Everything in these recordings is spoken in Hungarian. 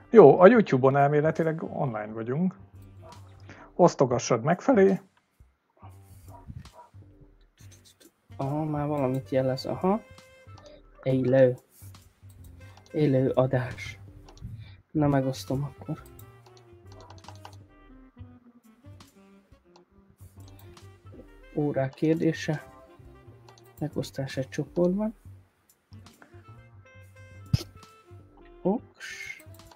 Jó, a YouTube-on elméletileg online vagyunk. Osztogassad megfelé. Aha, már valamit jelez. Aha. Élő adás. Na, megosztom akkor. Órák kérdése. Megosztás egy csoportban. Oks.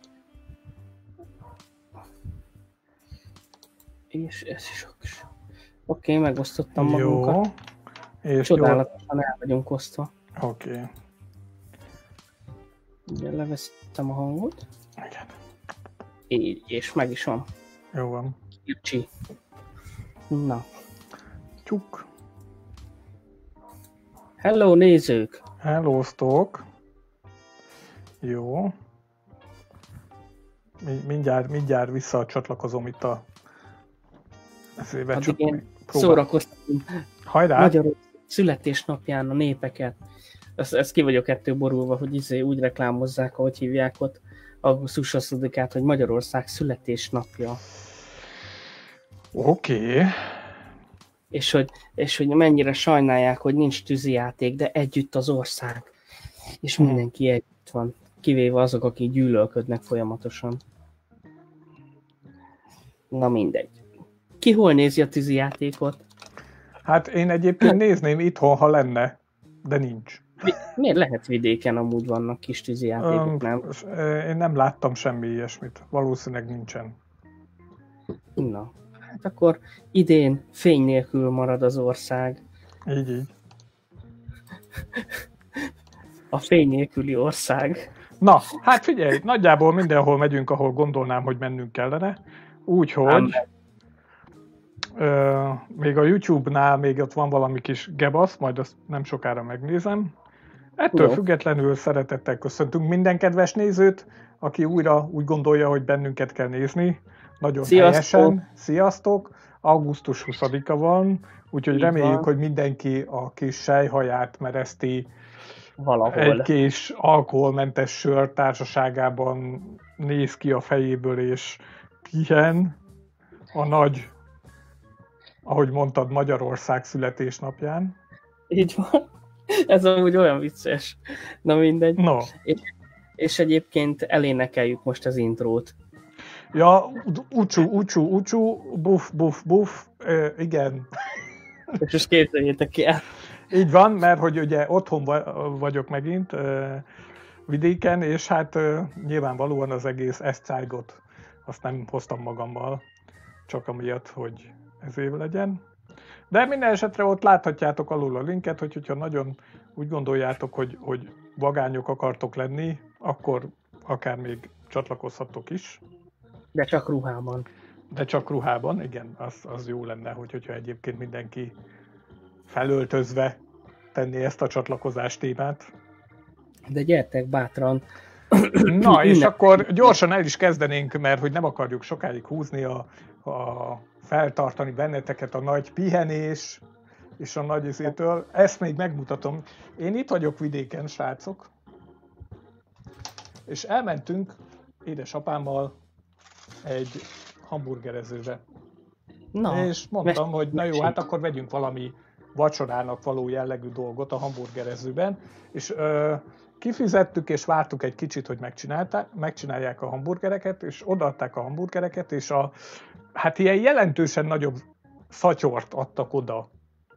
És ez is oks. Oké, megosztottam magunkat. Jó. És csodálatosan el vagyunk osztva. Oké. Ugye leveszem a hangot. Igen. Így, és meg is van. Jó van. Júcsi. Na. Csuk. Hello, nézők! Hellóztok. Jó. Mindjárt visszacsatlakozom itt a... Addig én szórakoztatom. Hajrá! Magyarország születésnapján a népeket. Ezt ki vagyok ettől borulva, hogy úgy reklámozzák, ahogy hívják ott augusztus 20-át, hogy Magyarország születésnapja. Oké. És hogy mennyire sajnálják, hogy nincs tűzijáték, de együtt az ország. És mindenki együtt van. Kivéve azok, akik gyűlölködnek folyamatosan. Na mindegy. Ki hol nézi a tűzijátékot? Hát én egyébként nézném itthon, ha lenne, de nincs. Miért lehet vidéken amúgy vannak kis tűzijátékok, nem? Én nem láttam semmi ilyesmit. Valószínűleg nincsen. Na, hát akkor idén fény nélkül marad az ország. Így. A fény nélküli ország. Na, hát figyelj, nagyjából mindenhol megyünk, ahol gondolnám, hogy mennünk kellene. Úgyhogy még a YouTube-nál még ott van valami kis gebasz, majd azt nem sokára megnézem. Ettől függetlenül szeretettel köszöntünk minden kedves nézőt, aki újra úgy gondolja, hogy bennünket kell nézni. Nagyon helyesen. Sziasztok! Augusztus 20-a van, úgyhogy reméljük, hogy mindenki a kis sejhaját mereszti valahol. Egy kis alkoholmentes sör társaságában néz ki a fejéből és pihen a nagy, ahogy mondtad, Magyarország születésnapján. Így van. Ez amúgy olyan vicces. Na mindegy. No. És egyébként elénekeljük most az intrót. Ja, ucsú, buf, igen. És most képzeljétek el. Így van, mert hogy ugye otthon vagyok megint vidéken, és hát nyilvánvalóan az egész eszcájgot azt nem hoztam magammal, csak amiatt, hogy ez év legyen. De minden esetre ott láthatjátok alul a linket, hogyha nagyon úgy gondoljátok, hogy vagányok akartok lenni, akkor akár még csatlakozhattok is. De csak ruhában. De csak ruhában, igen, az jó lenne, hogyha egyébként mindenki felöltözve tenni ezt a csatlakozás témát. De gyertek bátran. Na, és akkor gyorsan el is kezdenénk, mert hogy nem akarjuk sokáig húzni feltartani benneteket a nagy pihenés és a nagy izétől. Ezt még megmutatom. Én itt vagyok vidéken, srácok. És elmentünk édesapámmal egy hamburgerezőbe. Na, és mondtam, hogy na jó, hát akkor vegyünk valami vacsorának való jellegű dolgot a hamburgerezőben. És kifizettük, és vártuk egy kicsit, hogy megcsinálják a hamburgereket, és odaadták a hamburgereket, és hát ilyen jelentősen nagyobb szatyort adtak oda,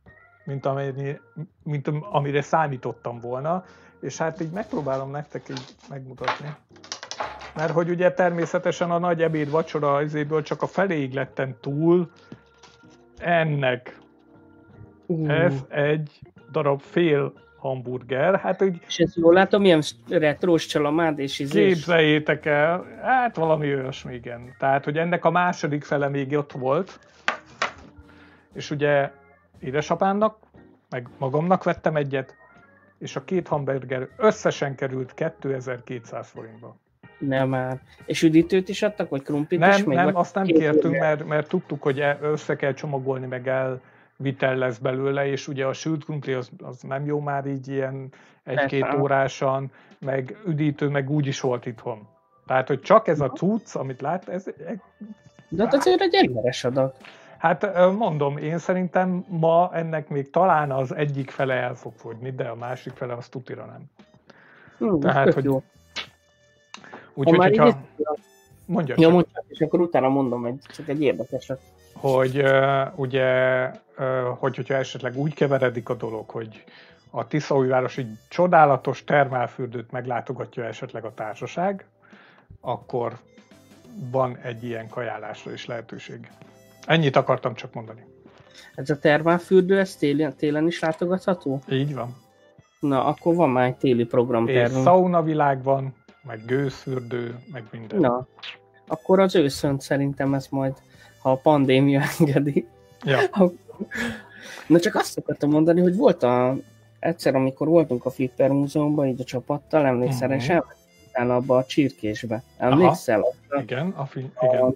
mint amire számítottam volna. És hát így megpróbálom nektek így megmutatni. Mert hogy ugye természetesen a nagy ebéd vacsora izéből csak a feléig lettem túl ennek. Ez egy darab fél hamburger. Hát úgy, és ez jól látom, ilyen retrós csalamád és izés. Képzeljétek el, hát valami olyasmi, igen. Tehát, hogy ennek a második fele még ott volt. És ugye édesapámnak, meg magamnak vettem egyet, és a két hamburger összesen került 2200 forintba. Nem már. És üdítőt is adtak, vagy krumplit is? Nem, azt nem kértünk, mert tudtuk, hogy össze kell csomagolni, meg elvitel lesz belőle, és ugye a sült krumpli az nem jó már így ilyen 1-2 órásan, meg üdítő, meg úgy is volt itthon. Tehát, hogy csak ez a cucc, amit lát, ez... De hát azért egy emberes adag. Hát mondom, én szerintem ma ennek még talán az egyik fele el fog fogyni, de a másik fele az tutira nem. Tehát, hogy... Jó. Úgyhogy, hogyha... Mondjad. Ja, mondjad, és akkor utána mondom csak egy érdekeset. Hogy ugye, hogyha esetleg úgy keveredik a dolog, hogy a Tiszaújvárosi csodálatos termálfürdőt meglátogatja esetleg a társaság, akkor van egy ilyen kajálásra is lehetőség. Ennyit akartam csak mondani. Ez a termálfürdő, ez télen is látogatható? Így van. Na, akkor van már egy téli programtervünk. És szaunavilág van, meg gőzfürdő, meg minden. Na, akkor az őszönt szerintem ez majd, ha a pandémia engedi. Ja. Na csak azt akartam mondani, hogy volt egyszer, amikor voltunk a Flipper Múzeumban, így a csapattal, emlékszel, és elmentem abba a csirkésbe. Emlékszel? Igen, igen.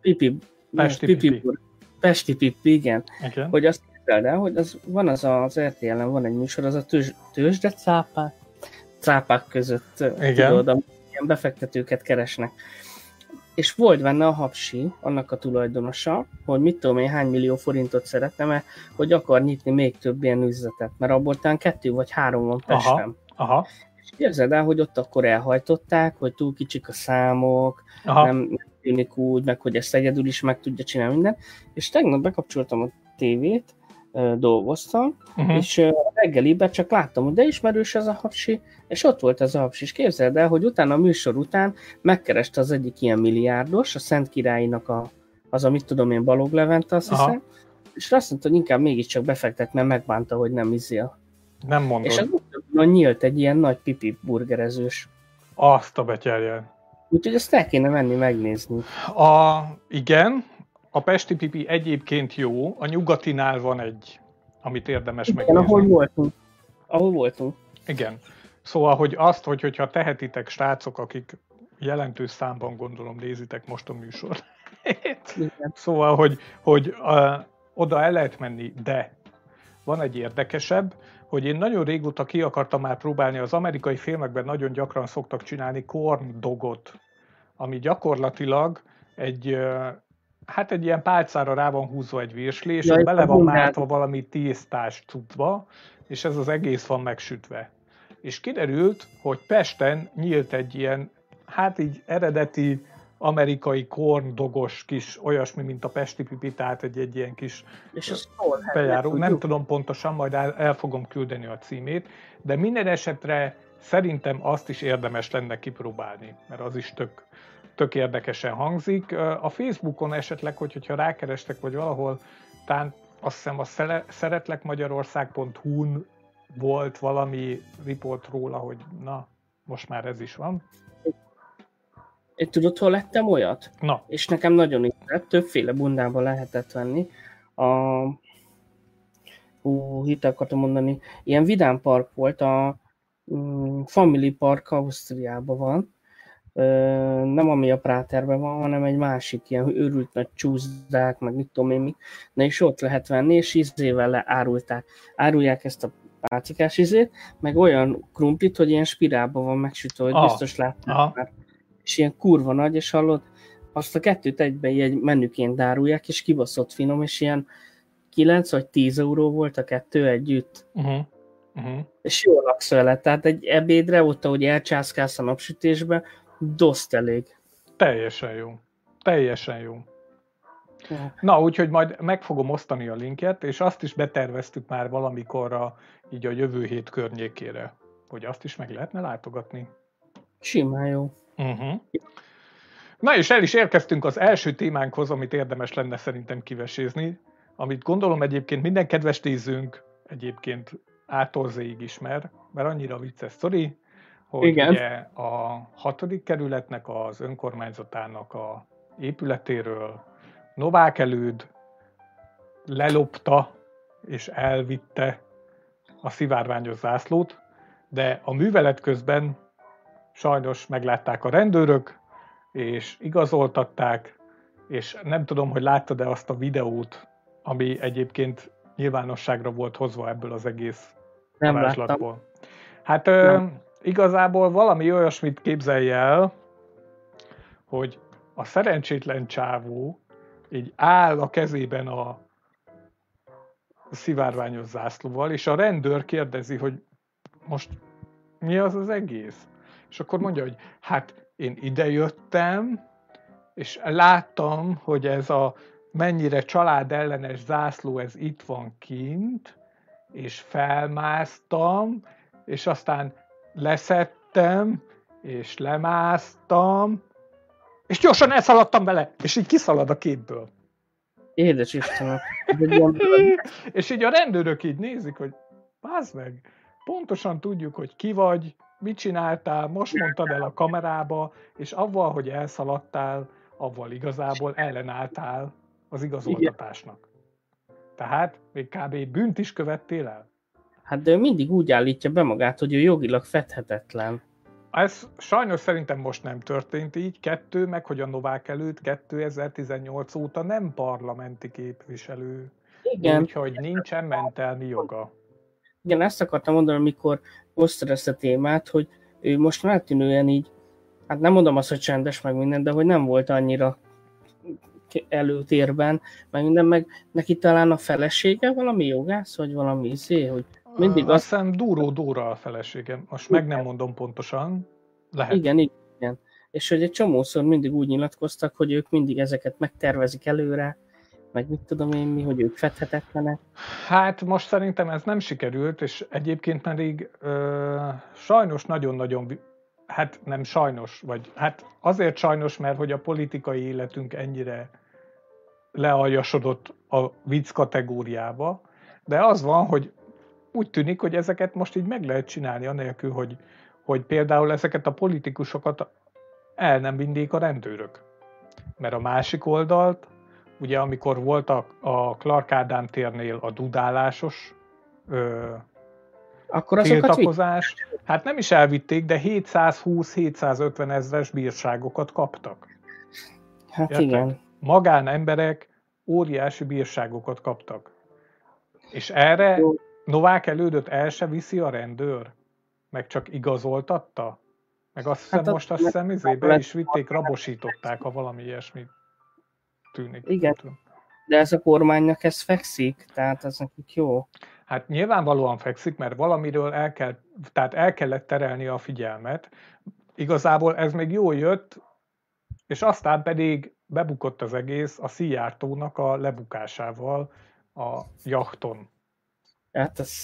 Pesti Pipi, igen. Hogy azt képzeld el, hogy van az RTL-en van egy műsor, az a tőzsde cápák között, tudod, ilyen befektetőket keresnek. És volt benne a Hapsi, annak a tulajdonosa, hogy mit tudom én, hány millió forintot szeretne, mert hogy akar nyitni még több ilyen üzletet, mert abból talán 2 vagy 3 van Pesten. Aha. És képzeld el, hogy ott akkor elhajtották, hogy túl kicsik a számok, nem tűnik úgy, meg hogy ezt egyedül is meg tudja csinálni minden. És tegnap bekapcsoltam a tévét, dolgoztam, és reggeliben csak láttam, hogy de ismerős ez a Hapsi, és ott volt ez a Hapsi, és képzeld el, hogy utána a műsor után megkereste az egyik ilyen milliárdos, a Szent Királynak az, amit tudom én, Balog Levente, azt hiszem, és azt mondta, hogy inkább mégiscsak befektet, mert megbánta, hogy nem izél. Nem mondod. És az utána nyílt egy ilyen nagy pipi burgerezős. Azt a betyárján. Úgyhogy ezt el kéne menni megnézni. Igen, a Pesti Pipi egyébként jó, a Nyugatinál van egy, amit érdemes megnézni. Ahol voltunk. Igen. Szóval, hogyha tehetitek, srácok, akik jelentős számban gondolom nézitek most a műsort. Szóval, hogy oda el lehet menni, de van egy érdekesebb, hogy én nagyon régóta ki akartam már próbálni, az amerikai filmekben nagyon gyakran szoktak csinálni corn dogot, ami gyakorlatilag egy ilyen pálcára rá van húzva egy virsli, és bele van mártva valami tésztás cuccba, és ez az egész van megsütve. És kiderült, hogy Pesten nyílt egy ilyen, így eredeti amerikai corn dogos kis, olyasmi, mint a Pesti Pipi, tehát egy ilyen kis bejáró. Nem tudom pontosan, majd el fogom küldeni a címét, de minden esetre szerintem azt is érdemes lenne kipróbálni, mert az is tök érdekesen hangzik. A Facebookon esetleg, hogyha rákerestek, vagy valahol, talán azt hiszem a szeretlekmagyarország.hu-n volt valami riport róla, hogy na, most már ez is van. Én tudod, hol lettem olyat? Na. És nekem nagyon ízlett, többféle bundában lehetett venni. Itt akartam mondani, ilyen vidám park volt, a Family Park Ausztriában van. Nem ami a Práterben van, hanem egy másik ilyen őrült nagy csúszdák, meg mit tudom én mi. Na és ott lehet venni, és ízével árulják ezt a pálcikás ízét, meg olyan krumplit, hogy ilyen spirálban van megsütő, hogy biztos látták már. És ilyen kurva nagy, és hallod, azt a kettőt egyben egy menüként árulják, és kibaszott finom, és ilyen 9 vagy 10 euró volt a kettő együtt. És jól laksz vele, tehát egy ebédre, ott ahogy elcsászkálsz a napsütésbe, doszt elég. Teljesen jó. Teljesen jó. Na, úgyhogy majd meg fogom osztani a linket, és azt is beterveztük már valamikorra így a jövő hét környékére, hogy azt is meg lehetne látogatni. Simán jó. Na és el is érkeztünk az első témánkhoz, amit érdemes lenne szerintem kivesézni, amit gondolom egyébként minden kedves nézőnk egyébként A-tól Z-ig ismer, mert annyira vicces sztori, hogy ugye a 6. kerületnek, az önkormányzatának a épületéről Novák Előd lelopta és elvitte a szivárványos zászlót, de a művelet közben sajnos meglátták a rendőrök, és igazoltatták, és nem tudom, hogy láttad-e azt a videót, ami egyébként nyilvánosságra volt hozva ebből az egész varázslatból. Hát igazából valami olyasmit képzelj el, hogy a szerencsétlen csávó így áll a kezében a szivárványos zászlóval, és a rendőr kérdezi, hogy most mi az az egész? És akkor mondja, hogy hát én idejöttem, és láttam, hogy ez a mennyire családellenes zászló, ez itt van kint, és felmásztam, és aztán leszettem, és lemásztam, és gyorsan elszaladtam vele, és így kiszalad a képből. Édes Istenem. És így a rendőrök így nézik, hogy bázd meg, pontosan tudjuk, hogy ki vagy, mit csináltál, most mondtad el a kamerába, és avval, hogy elszaladtál, avval igazából ellenálltál az igazoltatásnak. Tehát még kb. Bűnt is követtél el? Hát de ő mindig úgy állítja be magát, hogy ő jogilag fedhetetlen. Ez sajnos szerintem most nem történt így. Meg hogy a Novák előtt 2018 óta nem parlamenti képviselő. Igen. Úgyhogy nincsen mentelmi joga. Igen, ezt akartam mondani, amikor hoztad ezt a témát, hogy ő most feltűnően így, hát nem mondom azt, hogy csendes meg minden, de hogy nem volt annyira előtérben, meg minden, meg neki talán a felesége valami jogász, vagy valami hogy mindig azt hiszem Dúró Dóra a feleségem. Most meg nem mondom pontosan. Lehet. Igen. És hogy egy csomószor mindig úgy nyilatkoztak, hogy ők mindig ezeket megtervezik előre, meg mit tudom én mi, hogy ők fedhetetlenek. Hát most szerintem ez nem sikerült, és egyébként pedig sajnos nagyon-nagyon, hát nem sajnos, vagy hát azért sajnos, mert hogy a politikai életünk ennyire lealjasodott a vicc kategóriába, de az van, hogy úgy tűnik, hogy ezeket most így meg lehet csinálni, anélkül, hogy például ezeket a politikusokat el nem vinnék a rendőrök. Mert a másik oldalt, ugye amikor volt a Clark Ádám térnél a dudálásos tiltakozás, hát nem is elvitték, de 720-750 ezres bírságokat kaptak. Hát érted? Igen. Magánemberek óriási bírságokat kaptak. És erre Novák elődöt el se viszi a rendőr? Meg csak igazoltatta? Meg azt hiszem, hát most azt hiszem, be is vitték, rabosították, ha valami ilyesmi tűnik. Igen, de ez a kormánynak ez fekszik, tehát ez nekik jó. Hát nyilvánvalóan fekszik, mert valamiről el kellett terelni a figyelmet. Igazából ez még jól jött, és aztán pedig bebukott az egész a Szijjártónak a lebukásával a jachton. Hát ez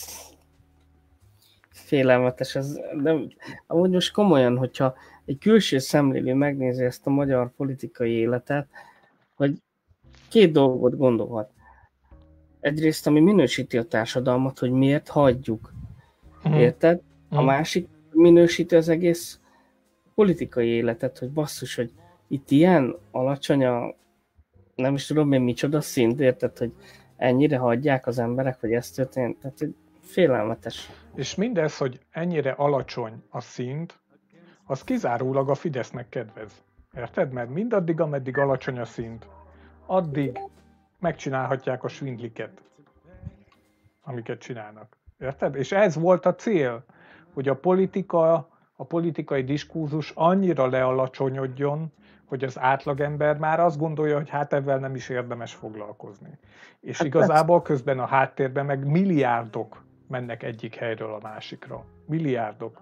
félelmetes. De amúgy most komolyan, hogyha egy külső szemlélő megnézi ezt a magyar politikai életet, hogy két dolgot gondolhat. Egyrészt, ami minősíti a társadalmat, hogy miért hagyjuk. Érted? A másik minősíti az egész politikai életet, hogy basszus, hogy itt ilyen alacsony a nem is tudom én micsoda szint, érted, hogy ennyire hagyják az emberek, hogy ez történt. Tehát félelmetes. És mindez, hogy ennyire alacsony a szint, az kizárólag a Fidesznek kedvez. Érted? Mert mindaddig, ameddig alacsony a szint, addig megcsinálhatják a svindliket, amiket csinálnak. Érted? És ez volt a cél, hogy a politikai diskurzus annyira lealacsonyodjon, hogy az átlagember már azt gondolja, hogy hát ebben nem is érdemes foglalkozni. És hát igazából közben a háttérben meg milliárdok mennek egyik helyről a másikra. Milliárdok.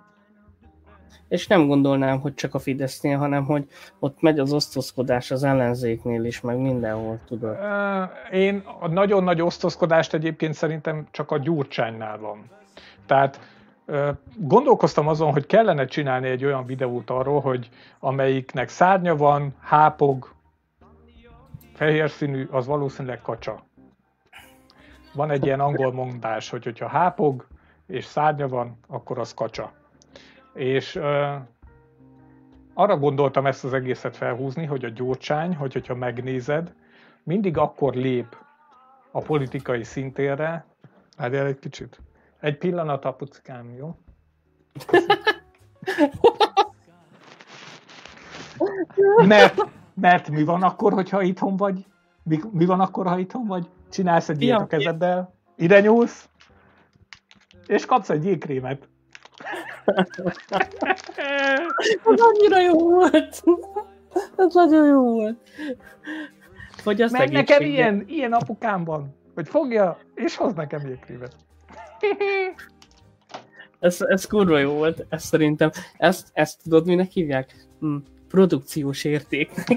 És nem gondolnám, hogy csak a Fidesznél, hanem hogy ott megy az osztozkodás az ellenzéknél is, meg mindenhol, tudod. Én a nagyon nagy osztozkodást egyébként szerintem csak a Gyurcsánynál van. Tehát gondolkoztam azon, hogy kellene csinálni egy olyan videót arról, hogy amelyiknek szárnya van, hápog, fehér színű, az valószínűleg kacsa. Van egy ilyen angol mondás, hogy hogyha hápog és szárnya van, akkor az kacsa. És arra gondoltam ezt az egészet felhúzni, hogy a Gyurcsány, hogyha megnézed, mindig akkor lép a politikai szintérre. Várjál egy kicsit. Egy pillanat, apuckám, jó? Mert mi van akkor, hogyha itthon vagy? Mi van akkor, ha itthon vagy? Csinálsz egy ilyet a kezeddel, ide nyúlsz, és kapsz egy jégkrémet. Az annyira jó volt! Ez nagyon jó volt. Hogy azt meg nekem ilyen apukám van, hogy fogja, és hoz nekem jégkrémet. Ez kurva jó volt, ez szerintem. Ezt tudod, minek hívják? Produkciós értéknek.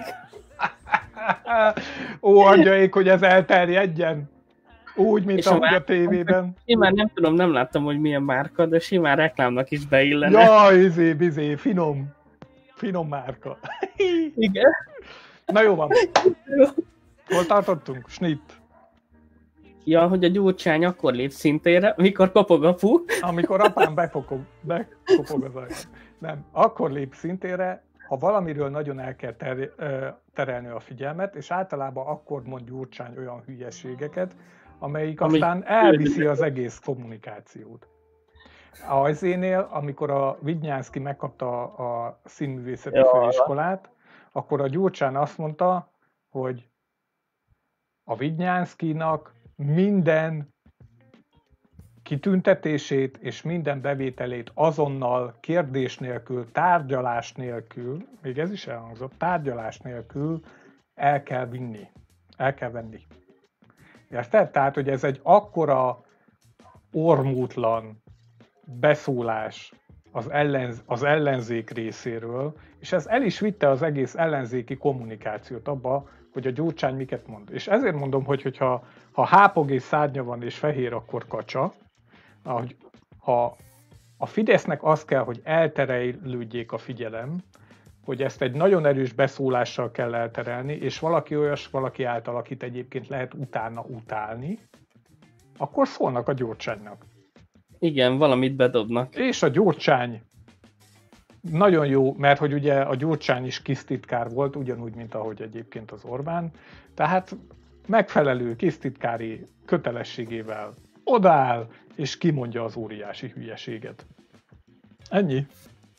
Ó, adjaik, hogy ez elterjedjen. Úgy, mint és ahogy a tévében. Én már nem tudom, nem láttam, hogy milyen márka, de simán reklámnak is beillene. Jaj, finom márka. Igen. Na jó van. Hol tartottunk? Snitt. Ja, hogy a Gyurcsány akkor lép szintére, mikor kopog a pu. Amikor apám bekopog az ajtón. Nem, akkor lép szintére, ha valamiről nagyon el kell terelni a figyelmet, és általában akkor mond Gyurcsány olyan hülyeségeket, amelyik aztán elviszi az egész kommunikációt. A Ezénél, amikor a Vidnyánszky megkapta a színművészeti főiskolát, akkor a Gyurcsány azt mondta, hogy a Vidnyánszkynak minden kitüntetését és minden bevételét azonnal, kérdés nélkül, tárgyalás nélkül, még ez is elhangzott, tárgyalás nélkül el kell venni. Érted? Tehát, hogy ez egy akkora ormútlan beszólás az ellenzék részéről, és ez el is vitte az egész ellenzéki kommunikációt abba, hogy a Gyurcsány miket mond. És ezért mondom, hogy ha hápog és szárnya van és fehér, akkor kacsa. Ha a Fidesznek az kell, hogy elterelődjék a figyelem, hogy ezt egy nagyon erős beszólással kell elterelni, és valaki által, akit egyébként lehet utána utálni, akkor szólnak a Gyurcsánynak. Igen, valamit bedobnak. És a Gyurcsány nagyon jó, mert hogy ugye a Gyurcsány is kisztitkár volt, ugyanúgy, mint ahogy egyébként az Orbán. Tehát megfelelő kisztitkári kötelességével odaáll, és kimondja az óriási hülyeséget. Ennyi.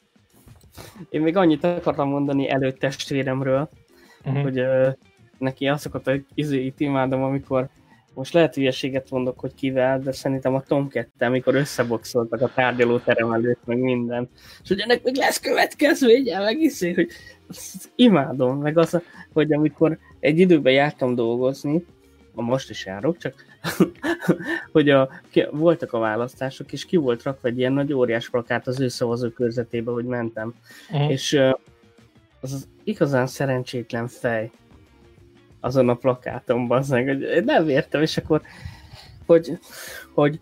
Én még annyit akartam mondani előttestvéremről, hogy neki azokat a izéit imádom, amikor most lehet hülyeséget mondok, hogy kivel, de szerintem a Tom 2, amikor összeboxoltak a tárgyalóterem előtt, meg minden. És hogy ennek még lesz következménye, meg iszé, hogy imádom, meg az, hogy amikor egy időben jártam dolgozni, most is járok, csak hogy voltak a választások, és ki volt rakva egy ilyen nagy óriás plakát az ő szavazókörzetébe, hogy mentem. És az igazán szerencsétlen fej azon a plakáton, bazdmeg, hogy nem értem, és akkor, hogy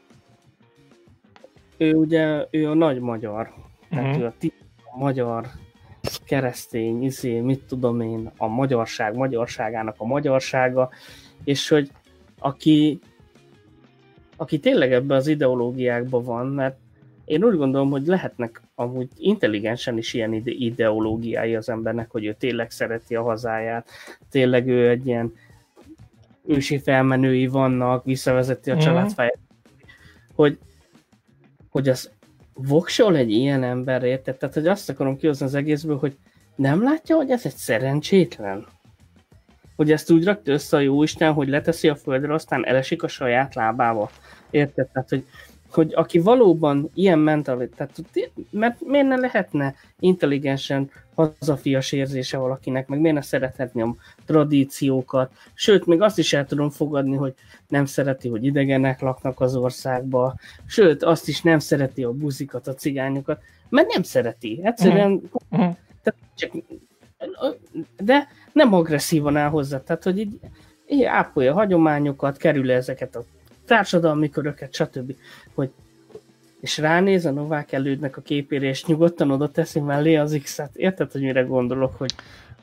ő ugye, ő a nagy magyar, tehát ő a magyar keresztény, mit tudom én, a magyarságának a magyarsága, és hogy aki tényleg ebben az ideológiákban van, mert én úgy gondolom, hogy lehetnek amúgy intelligensen is ilyen ideológiái az embernek, hogy ő tényleg szereti a hazáját, tényleg ő egy ilyen ősi felmenői vannak, visszavezeti a családfáját, hogy az voksol egy ilyen ember, érted? Tehát, hogy azt akarom kihozni az egészből, hogy nem látja, hogy ez egy szerencsétlen? Hogy ezt úgy rakta össze a jóisten, hogy leteszi a földre, aztán elesik a saját lábába. Érted? Tehát, hogy aki valóban ilyen mentalitás, mert miért ne lehetne intelligensen hazafias érzése valakinek, meg miért ne szerethetni a tradíciókat, sőt, még azt is el tudom fogadni, hogy nem szereti, hogy idegenek laknak az országba, sőt, azt is nem szereti a buzikat, a cigányokat, mert nem szereti, egyszerűen, de nem agresszívan áll hozzá, tehát, hogy így ápolja a hagyományokat, kerül ezeket a társadalmi köröket, stb. És ránéz a Novák Elődnek a képére, és nyugodtan oda teszi mellé az X-et. Érted, hogy mire gondolok? Hogy...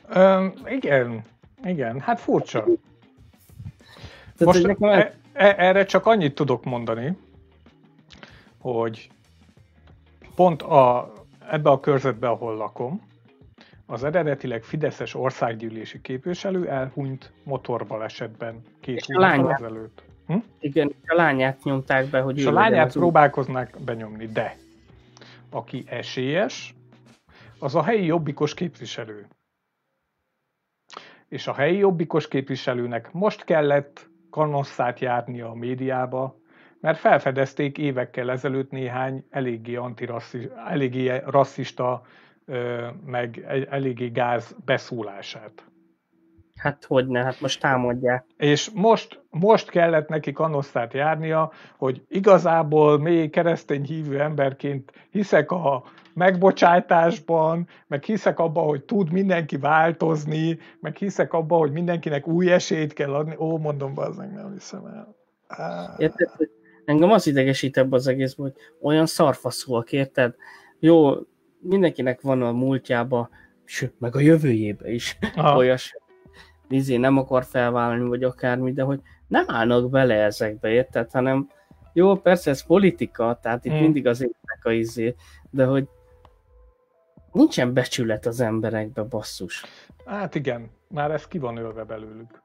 Igen, hát furcsa. Tehát, most erre csak annyit tudok mondani, hogy pont ebbe a körzetbe, ahol lakom, az eredetileg fideszes országgyűlési képviselő elhunyt motorbalesetben 2 hónappal ezelőtt. Igen, a lányát nyomták be, hogy... És a lányát próbálkoznak benyomni, de aki esélyes, az a helyi jobbikos képviselő. És a helyi jobbikos képviselőnek most kellett kanosszát járnia a médiába, mert felfedezték évekkel ezelőtt néhány eléggé rasszista meg eléggé gáz beszólását. Hát hogyne, hát most támadják. És most kellett neki kanosszát járnia, hogy igazából még keresztény hívő emberként hiszek a megbocsájtásban, meg hiszek abban, hogy tud mindenki változni, meg hiszek abban, hogy mindenkinek új esélyt kell adni. Ó, mondom, bazdmeg, nem hiszem el. Érted? Engem az idegesít ebbe az egészben, hogy olyan szarfaszúak, érted? Jó, mindenkinek van a múltjába, sőt, meg a jövőjébe is olyas, nem akar felvállalni, vagy akármi, de hogy nem állnak bele ezekbe, érted? Hanem jó, persze ez politika, tehát itt mindig az életnek a de hogy nincsen becsület az emberekbe, basszus. Hát igen, már ez ki van ölve belőlük.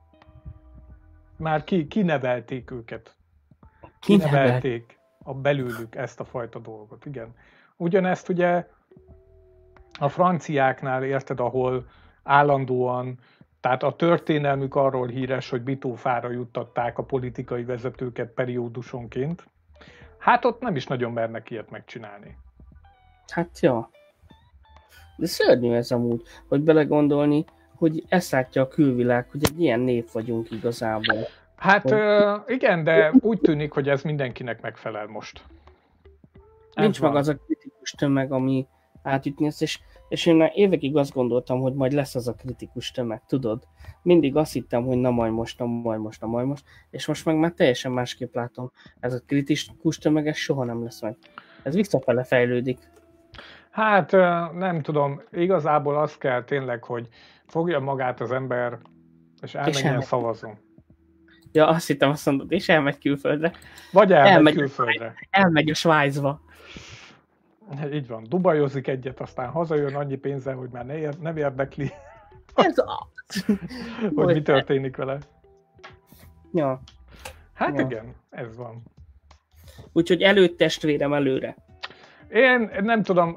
Már kinevelték őket. Kinevelték a belőlük ezt a fajta dolgot, igen. Ugyanezt ugye a franciáknál érted, ahol állandóan, tehát a történelmük arról híres, hogy bitófára juttatták a politikai vezetőket periódusonként. Hát ott nem is nagyon mernek ilyet megcsinálni. Hát ja. De szörnyű ez amúgy, hogy belegondolni, hogy ezt látja a külvilág, hogy egy ilyen nép vagyunk igazából. Hát igen, de úgy tűnik, hogy ez mindenkinek megfelel most. Nincs meg az a kritikus tömeg, ami átütni ezt, és én már évekig azt gondoltam, hogy majd lesz az a kritikus tömeg, tudod? Mindig azt hittem, hogy na majd most, és most meg már teljesen másképp látom. Ez a kritikus tömeg, ez soha nem lesz meg. Ez visszafele fejlődik. Hát nem tudom, igazából az kell tényleg, hogy fogja magát az ember, és elmenjen szavazni. Ja, azt hittem, azt mondod, és elmegy külföldre. Vagy elmegy külföldre. Elmegy a Svájcba. Így van, dubajozik egyet, aztán hazajön annyi pénzzel, hogy már nem érdekli, ez az. hogy mi történik vele. Ja. Hát ja. Igen, ez van. Úgyhogy előtt testvérem előre. Én nem tudom,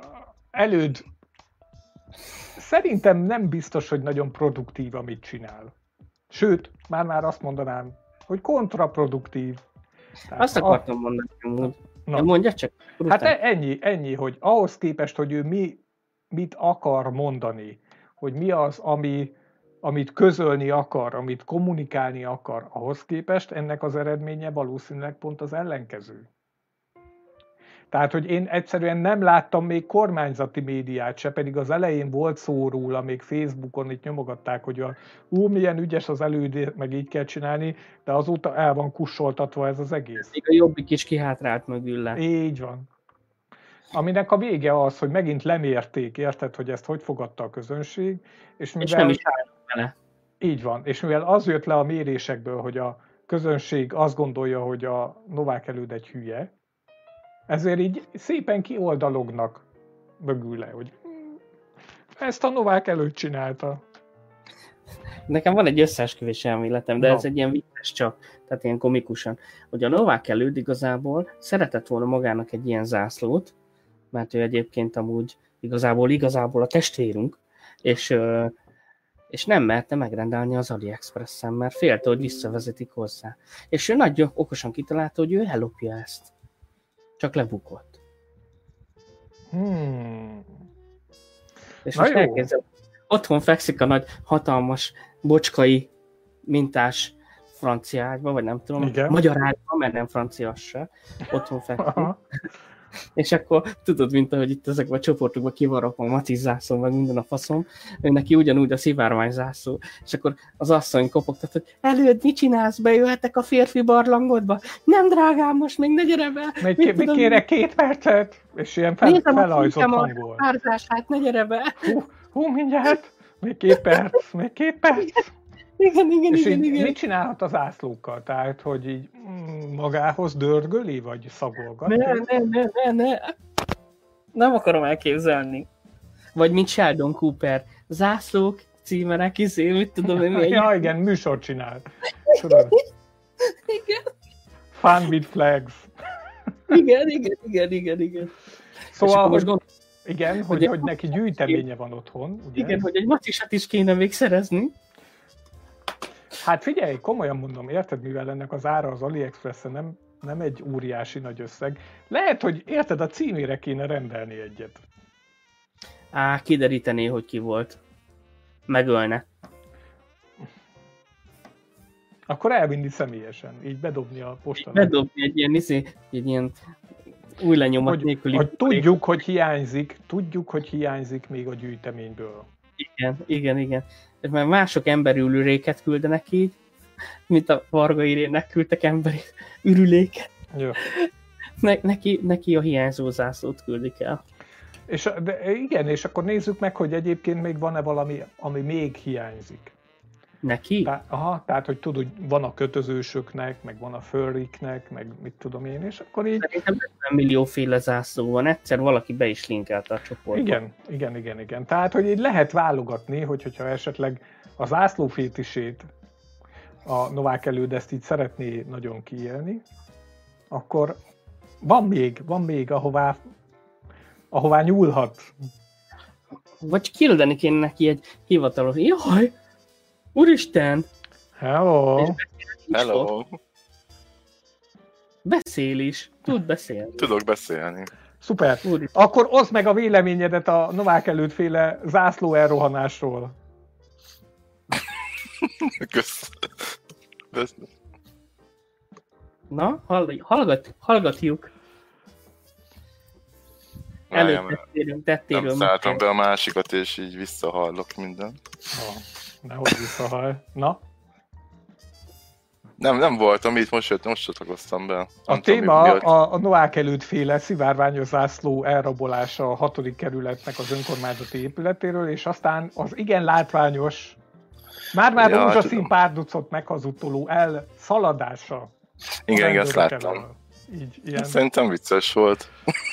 szerintem nem biztos, hogy nagyon produktív, amit csinál. Sőt, már azt mondanám, hogy kontraproduktív. Tehát azt akartam mondani, hogy mondja csak. Hát ennyi, hogy ahhoz képest, hogy ő mit akar mondani, hogy mi az, amit közölni akar, amit kommunikálni akar, ahhoz képest ennek az eredménye valószínűleg pont az ellenkező. Tehát, hogy én egyszerűen nem láttam még kormányzati médiát se, pedig az elején volt szó róla, még Facebookon itt nyomogatták, hogy milyen ügyes az elődét, meg így kell csinálni, de azóta el van kussoltatva ez az egész. Még a Jobbik is kihátrált mögülle. Így van. Aminek a vége az, hogy megint lemérték, érted, hogy ezt hogy fogadta a közönség. És nem is állnak vele. Így van. És mivel az jött le a mérésekből, hogy a közönség azt gondolja, hogy a Novák előd egy hülye, ezért így szépen kioldalognak mögüle, hogy ezt a Novák előtt csinálta. Nekem van egy összeesküvés elméletem, de ez egy ilyen vicces csak, tehát ilyen komikusan, hogy a Novák előd igazából szeretett volna magának egy ilyen zászlót, mert ő egyébként amúgy igazából a testvérünk, és nem merte megrendelni az AliExpressen, mert félte, hogy visszavezetik hozzá. És ő nagyon okosan kitalálta, hogy ő ellopja ezt. Csak lebukott. És most elkezdem. Otthon fekszik a nagy, hatalmas, bocskai mintás francia ágyba, vagy nem tudom, igen. Magyar ágyba, mert nem francia se. Otthon fekszik. És akkor tudod, mint ahogy itt ezekben a csoportokban kivarok a Maci zászló, meg minden a faszom, ő neki ugyanúgy a szivárvány zászló, és akkor az asszony kopogtat, hogy előd, mit csinálsz, bejöhetek a férfi barlangodba? Nem, drágám, most még ne gyere be! Még kérek 2 percet? És ilyen felajzott hangol. Hát ne gyere be! Mindjárt! Még 2 perc! Igen. Mit csinálhat az zászlókkal? Tehát, hogy így magához dörgöli, vagy szagolgat? Ne. Nem akarom elképzelni. Vagy mint Sheldon Cooper. Zászlók, címerek, mit tudom én. Ja, igen, műsort csinál. Tudod? Igen. Fun with flags. Igen. Szóval, hogy neki gyűjteménye van otthon. Ugye? Igen, hogy egy macisat is kéne még szerezni. Hát figyelj, komolyan mondom, érted, mivel ennek az ára az AliExpressen nem egy óriási nagy összeg. Lehet, hogy érted, a címére kéne rendelni egyet. Kiderítené, hogy ki volt. Megölne. Akkor elvinni személyesen, így bedobni a postára. Bedobni egy ilyen új lenyomat nélküli. Hogy tudjuk, hogy hiányzik még a gyűjteményből. Igen. És már mások emberülőréket küldenek így, mint a Varga Irénnek küldtek emberi ürüléket. Jó. Neki a hiányzó zászlót küldik el. És akkor nézzük meg, hogy egyébként még van-e valami, ami még hiányzik. Neki? Tehát, hogy tudod, van a kötözősöknek, meg van a furryknek, meg mit tudom én, és akkor így... Szerintem 50 millióféle zászló van, egyszer valaki be is linkelte a csoportba. Igen. Tehát, hogy így lehet válogatni, hogyha esetleg a zászlófétisét a Novák Előd ezt így szeretné nagyon kiélni, akkor van még ahová nyúlhat. Vagy küldeni kéne neki egy hivatalos... Jaj! Úristen! Hello! Hello! Beszél is. Tud beszélni. Tudok beszélni. Szuper! Akkor oszd meg a véleményedet a Novák Előd féle zászló elrohanásról. Kösz. Na, hallgatjuk. Előtt tettéről. Nem szálltam be a másikat, és így visszahallok mindent. Nehogy visszahall. Na? Nem voltam itt, most csatlakoztam be. A téma a Novák Előd féle szivárványos zászló elrabolása a 6. kerületnek az önkormányzati épületéről, és aztán az igen látványos, már rózsaszín párducot meghazudtoló elszaladása. Igen, ezt láttam. Ilyen. Szerintem vicces volt.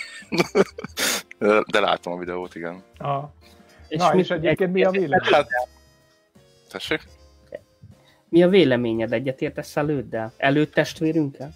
De látom a videót, igen. És egyébként mi a vélemény? Tessék? Mi a véleményed? Egyetértesz Előddel? Előttestvérünkkel?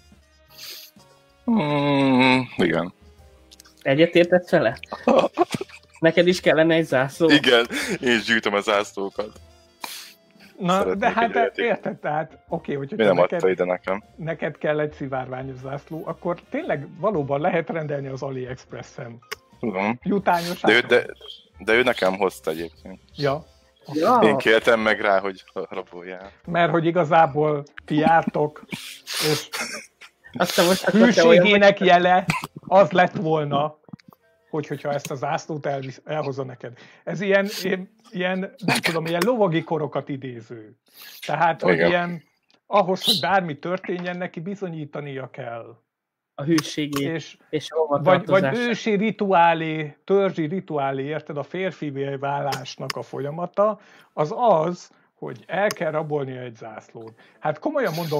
Igen. Egyetértesz vele? Neked is kellene egy zászló? Igen, én is gyűjtöm a zászlókat. Na, de hát érted, tehát oké, hogyha nem adta ide nekem. Neked kell egy szivárványos zászló, akkor tényleg valóban lehet rendelni az AliExpressen. Tudom. Jutányos de ő nekem hozta egyébként. Ja. Én kértem meg rá, hogy raboljál. Mert hogy igazából ti jártok, és hűségének jele az lett volna, hogyha ezt a zászlót elhozza neked. Ez ilyen, nem tudom, ilyen lovagi korokat idéző. Tehát, hogy ilyen, ahhoz, hogy bármi történjen, neki bizonyítania kell. A hűségét és vagy ősi rituálé, törzsi rituálé, érted, a férfivé válásnak a folyamata, az, hogy el kell rabolnia egy zászlót. Hát komolyan mondom,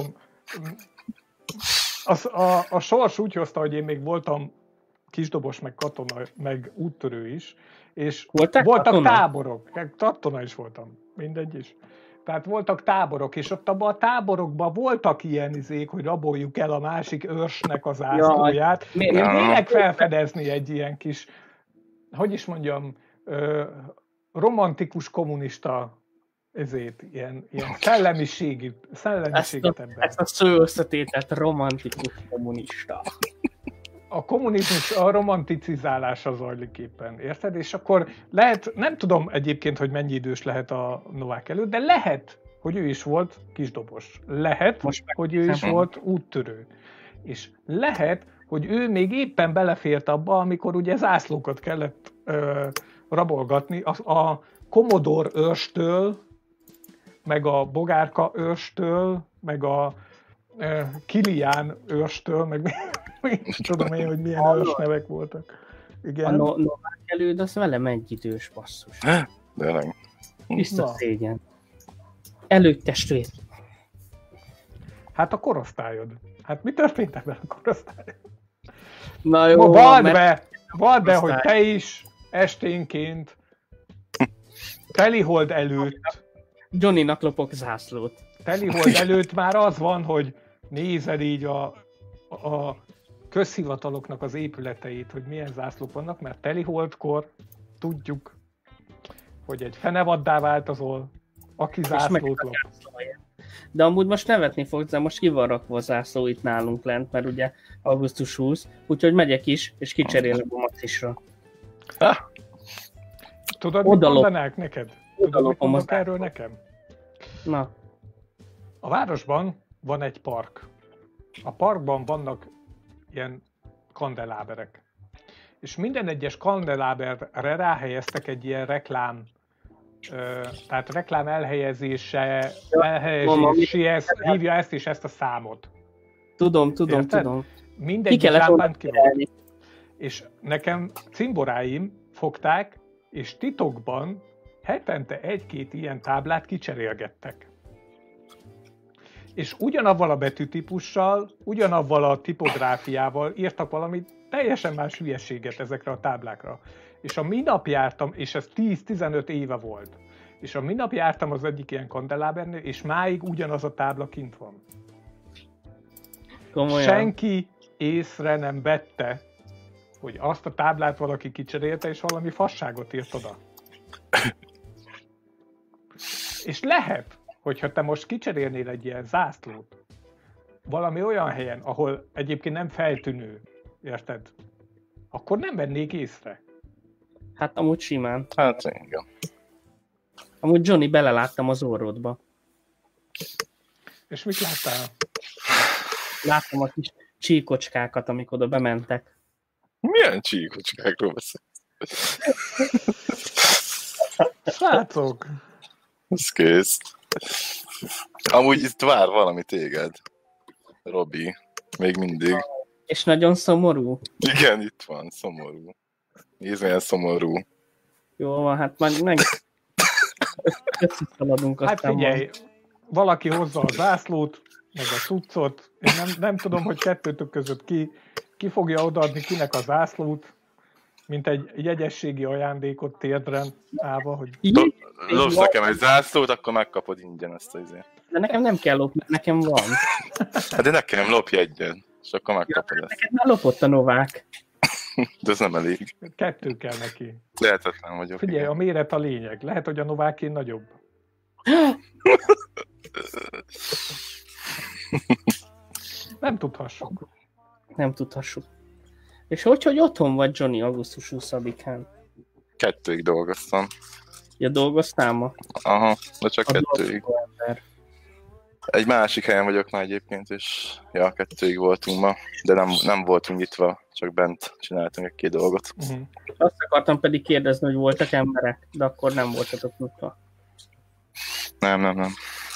a sors úgy hozta, hogy én még voltam kisdobos, meg katona, meg úttörő is, és voltak táborok, katona is voltam, mindegy is. Tehát voltak táborok, és ott abban a táborokban voltak ilyen izék, hogy raboljuk el a másik őrsnek az zászlóját. Én tényleg felfedezni egy ilyen kis, hogy is mondjam, romantikus kommunista ilyen szellemiséget ebben. Ezt a szó összetételt romantikus kommunista. A kommunizmus a romanticizálása zajlik éppen, érted? És akkor lehet, nem tudom egyébként, hogy mennyi idős lehet a Novák Előd, de lehet, hogy ő is volt kisdobos. Lehet, hogy ő is volt úttörő. És lehet, hogy ő még éppen belefért abba, amikor ugye zászlókat kellett rabolgatni a Commodore őrstől, meg a Bogárka őrstől, meg a Kilián őrstől, meg tudom én, hogy milyen őrs nevek voltak. Igen. A Novák Előd, az velem egy idős basszus. De nem. Biztos szégyen. Előttestvér. Hát a korosztályod. Hát mi történt ebben a korosztályod? Na jó, Vald be, hogy te is esténként telihold előtt Johnnynak lopok zászlót. Telihold előtt már az van, hogy nézed így a közhivataloknak az épületeit, hogy milyen zászlók vannak, mert teliholdkor tudjuk, hogy egy fenevaddá változol, aki zászlót lop. De amúgy most nevetni fogsz, de most ki van rakva a zászló itt nálunk lent, mert ugye augusztus 20, úgyhogy megyek is, és kicserélek a macisra. Tudod, mit mondanák neked? Tudod, mit mondanak erről nekem? Na. A városban van egy park. A parkban vannak ilyen kandeláberek. És minden egyes kandeláberre ráhelyeztek egy ilyen reklám, tehát reklám elhelyezéséhez hívja ezt és ezt a számot. Tudom. Mindegy lámpánt kivalt. És nekem cimboráim fogták, és titokban hetente egy-két ilyen táblát kicserélgettek. És ugyanavval a betűtípussal, ugyanavval a tipográfiával írtak valami teljesen más hülyeséget ezekre a táblákra. És a minap jártam, és ez 10-15 éve volt, és a minap jártam az egyik ilyen kandelábernél, és máig ugyanaz a tábla kint van. Komolyan. Senki észre nem vette, hogy azt a táblát valaki kicserélte, és valami fasságot írt oda. És lehet, hogyha te most kicserélnél egy ilyen zászlót valami olyan helyen, ahol egyébként nem feltűnő, érted? Akkor nem vennék észre. Hát amúgy simán. Hát igen. Amúgy Johnny, beleláttam az orrodba. És mit láttál? Láttam a kis csíkocskákat, amik oda bementek. Milyen csíkocskákról beszélsz? Srácok! Ez kész. Amúgy itt vár valami téged, Robi. Még mindig. És nagyon szomorú. Igen, itt van, szomorú. Nézd, milyen szomorú. Jó van, hát meg összeszaladunk aztán. Hát figyelj, valaki hozza a zászlót, meg a cuccot. Én nem tudom, hogy kettőtök között ki fogja odaadni kinek a zászlót, mint egy jegyességi ajándékot térdre állva, hogy... Lopsz nekem egy zászlót, akkor megkapod ingyen ezt az izét. De nekem nem kell lopni, nekem van. Hát de nekem lopj egyen, és akkor megkapod ezt. Neked már lopott a Novák. De ez nem elég. 2 kell neki. Lehetetlen vagyok. Figyelj, igen. a méret a lényeg. Lehet, hogy a Nováké nagyobb. Nem tudhassuk. Nem tudhassuk. És hogy otthon vagy, Johnny, augusztus 20-án? 2-ig dolgoztam. Ja, dolgoztál ma? Aha, de csak A 2-ig. ember. Egy másik helyen vagyok már egyébként, és ja, 2-ig voltunk ma, de nem voltunk nyitva, csak bent csináltunk egy-két dolgot. Uh-huh. Azt akartam pedig kérdezni, hogy voltak emberek, de akkor nem voltatok nyitva. Nem.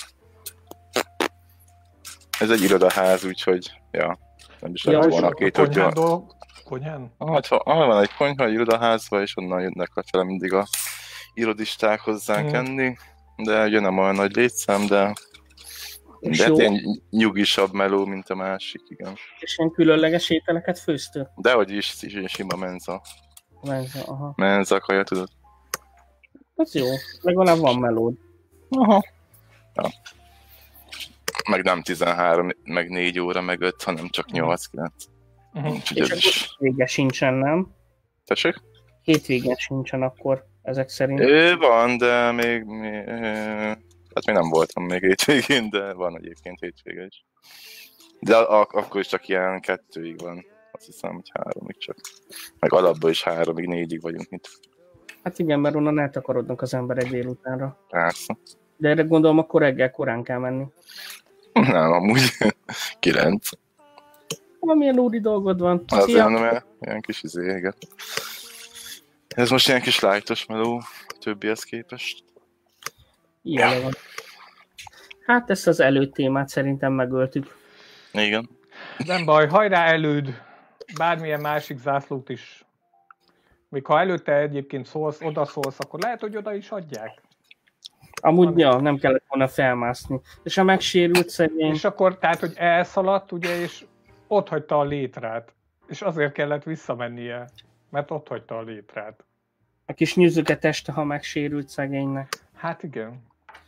Ez egy irodaház, úgyhogy ja, nem is lehet volna két, hogy Konyhán? van egy konyha egy irodaházba, és onnan jönnek fel mindig a irodisták hozzánk enni, de ugye nem olyan nagy létszám, de hát ilyen nyugisabb meló, mint a másik, igen. És ilyen különleges ételeket főztök? Dehogy is sima menza. Menza, aha. Menza kaja, tudod? Az jó, legalább van melód. Aha. Ja. Meg nem 13, meg 4 óra, meg 5, hanem csak 8-9. És akkor hétvége sincsen, nem? Tessék? Hétvégen sincsen akkor, ezek szerint. Van, de még hát még nem voltam még hétvégén, de van egyébként hétvége is. De akkor is csak ilyen 2-ig van. Azt hiszem, hogy 3-ig csak. Meg alapban is 3-ig, 4-ig vagyunk itt. Hát igen, mert onnan eltakarodnak az emberek délutánra. Persze. De erre gondolom, akkor reggel korán kell menni. Nem, amúgy 9. Milyen úri dolgod van? Azért nem, ilyen kis igen. Ez most ilyen kis lightos meló, többihez képest. Ilyen van. Hát ezt az előtémát szerintem megöltük. Igen. Nem baj, hajrá előd bármilyen másik zászlót is. Még ha előtte egyébként odaszólsz, akkor lehet, hogy oda is adják. Amúgy, ja, nem kellett volna felmászni. És a megsérült szegény... És akkor, tehát, hogy elszaladt, ugye, és ott hagyta a létrát. És azért kellett visszamennie, mert ott hagyta a létrát. A kis nyüzöke teste, ha megsérült szegénynek. Hát igen.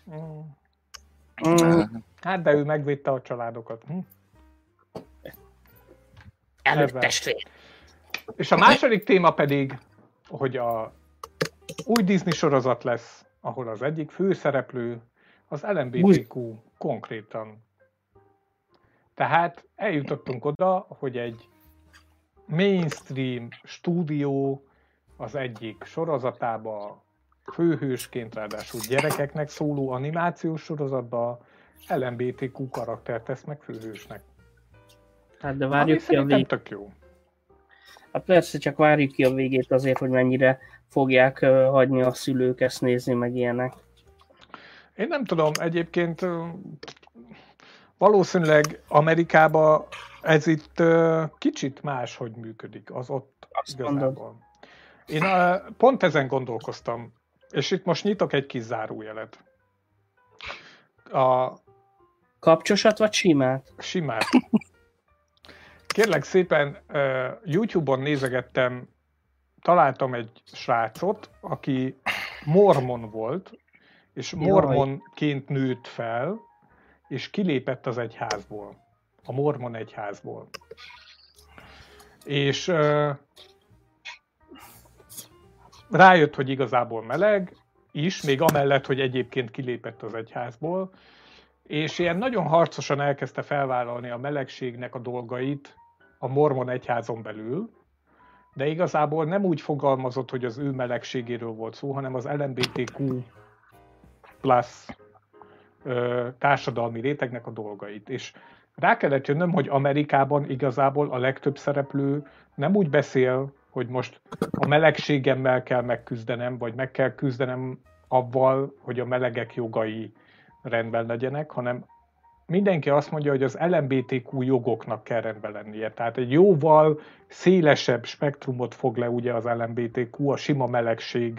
Hát, de ő megvédte a családokat. Előtt testvér. És a második téma pedig, hogy a új Disney sorozat lesz, ahol az egyik főszereplő az LMBTQ konkrétan. Tehát eljutottunk oda, hogy egy mainstream stúdió az egyik sorozatába főhősként, ráadásul gyerekeknek szóló animációs sorozatban LMBTQ karaktert tesz meg főhősnek. Hát de várjuk ki a végét. Tök jó. Hát persze, csak várjuk ki a végét azért, hogy mennyire fogják hagyni a szülők ezt nézni, meg ilyenek. Én nem tudom, egyébként valószínűleg Amerikában ez itt kicsit máshogy működik, az ott azt igazából. Én pont ezen gondolkoztam, és itt most nyitok egy kis zárójelet. Kapcsosat vagy simát? Simát. Kérlek szépen, YouTube-on nézegettem, találtam egy srácot, aki mormon volt, és mormonként nőtt fel, és kilépett az egyházból, a mormon egyházból. És rájött, hogy igazából meleg is, még amellett, hogy egyébként kilépett az egyházból, és ilyen nagyon harcosan elkezdte felvállalni a melegségnek a dolgait a mormon egyházon belül, de igazából nem úgy fogalmazott, hogy az ő melegségéről volt szó, hanem az LMBTQ plusz társadalmi rétegnek a dolgait. És rá kellett jönnöm, hogy Amerikában igazából a legtöbb szereplő nem úgy beszél, hogy most a melegségemmel kell megküzdenem, vagy meg kell küzdenem avval, hogy a melegek jogai rendben legyenek, hanem mindenki azt mondja, hogy az LMBTQ jogoknak kell rendben lennie. Tehát egy jóval szélesebb spektrumot fog le ugye az LMBTQ, a sima melegség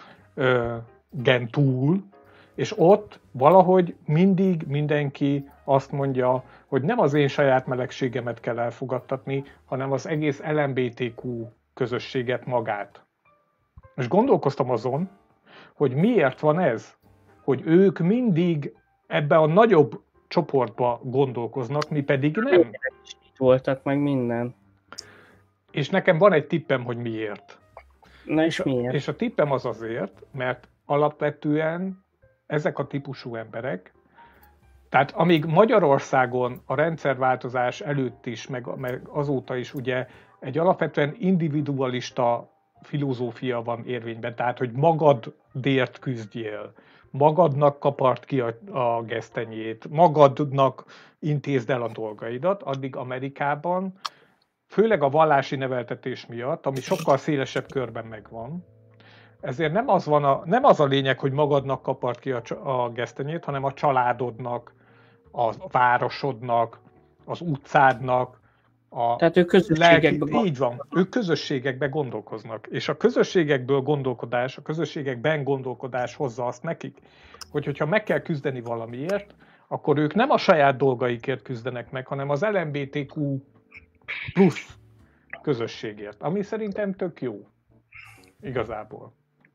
gen túl, és ott valahogy mindig mindenki azt mondja, hogy nem az én saját melegségemet kell elfogadtatni, hanem az egész LMBTQ közösséget magát. És gondolkoztam azon, hogy miért van ez, hogy ők mindig ebbe a nagyobb csoportba gondolkoznak, mi pedig nem. Itt voltak meg minden. És nekem van egy tippem, hogy miért. Na és miért? És a tippem az azért, mert alapvetően ezek a típusú emberek, tehát amíg Magyarországon a rendszerváltozás előtt is, meg azóta is ugye egy alapvetően individualista filozófia van érvényben, tehát hogy magadért küzdjél, magadnak kapart ki a gesztenyét, magadnak intézd el a dolgaidat, addig Amerikában, főleg a vallási neveltetés miatt, ami sokkal szélesebb körben megvan, ezért nem az a lényeg, hogy magadnak kapart ki a gesztenyét, hanem a családodnak, a városodnak, az utcádnak, tehát ők közösségekben így van, ők közösségekben gondolkoznak. És a közösségekből gondolkodás, a közösségekben gondolkodás hozza azt nekik, hogyha meg kell küzdeni valamiért, akkor ők nem a saját dolgaikért küzdenek meg, hanem az LMBTQ plusz közösségért, ami szerintem tök jó. Igazából.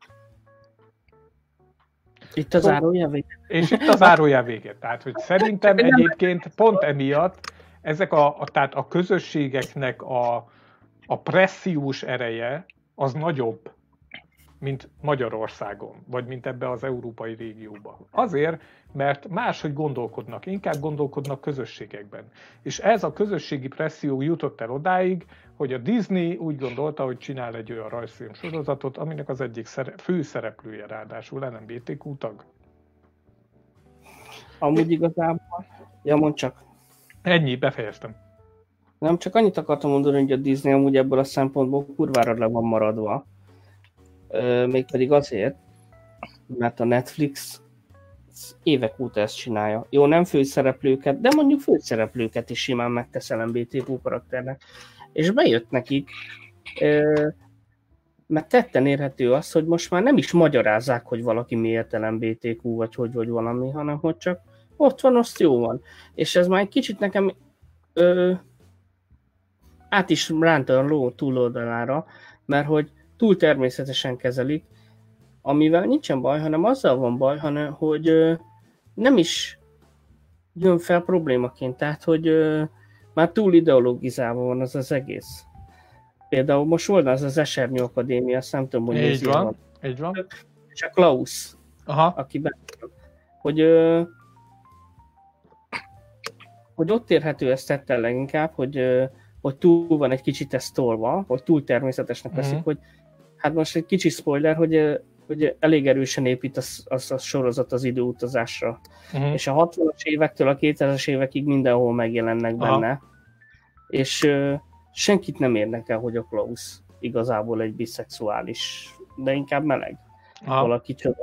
Itt az zárójel vége. És itt a zárójel vége. Tehát, hogy szerintem egyébként pont emiatt ezek tehát a közösségeknek a pressziós ereje az nagyobb, mint Magyarországon, vagy mint ebbe az európai régióban. Azért, mert máshogy gondolkodnak, inkább gondolkodnak közösségekben. És ez a közösségi presszió jutott el odáig, hogy a Disney úgy gondolta, hogy csinál egy olyan rajzfilm sorozatot, aminek az egyik főszereplője ráadásul LMBTQ tag. Amúgy igazából, ja, mondd csak. Ennyi, befejeztem. Nem, csak annyit akartam mondani, hogy a Disney amúgy ebből a szempontból kurvára le van maradva. Mégpedig azért, mert a Netflix évek óta ezt csinálja. Jó, nem főszereplőket, de mondjuk főszereplőket is simán megtesz LMBTQ karakternek. És bejött nekik, mert tetten érhető az, hogy most már nem is magyarázzák, hogy valaki miért LMBTQ, vagy valami, hanem hogy csak ott van, azt jó van. És ez már egy kicsit nekem át is ránt a ló túloldalára, mert hogy túl természetesen kezelik, amivel nincsen baj, hanem azzal van baj, hanem hogy nem is jön fel problémaként, tehát hogy már túl ideologizálva van az egész. Például most volt az Esernyő Akadémia, azt nem tudom, hogy így van. Így van. És a Klaus, aki hogy ott érhető ezt tetten leginkább, hogy túl van egy kicsit ezt tolva, hogy túl természetesnek veszik, hogy hát most egy kicsi spoiler, hogy hogy elég erősen épít az a sorozat az időutazásra. És a 60-as évektől a 2000-es évekig mindenhol megjelennek benne. És senkit nem érdekel, hogy a Klaus igazából egy biszexuális, de inkább meleg valaki csoda.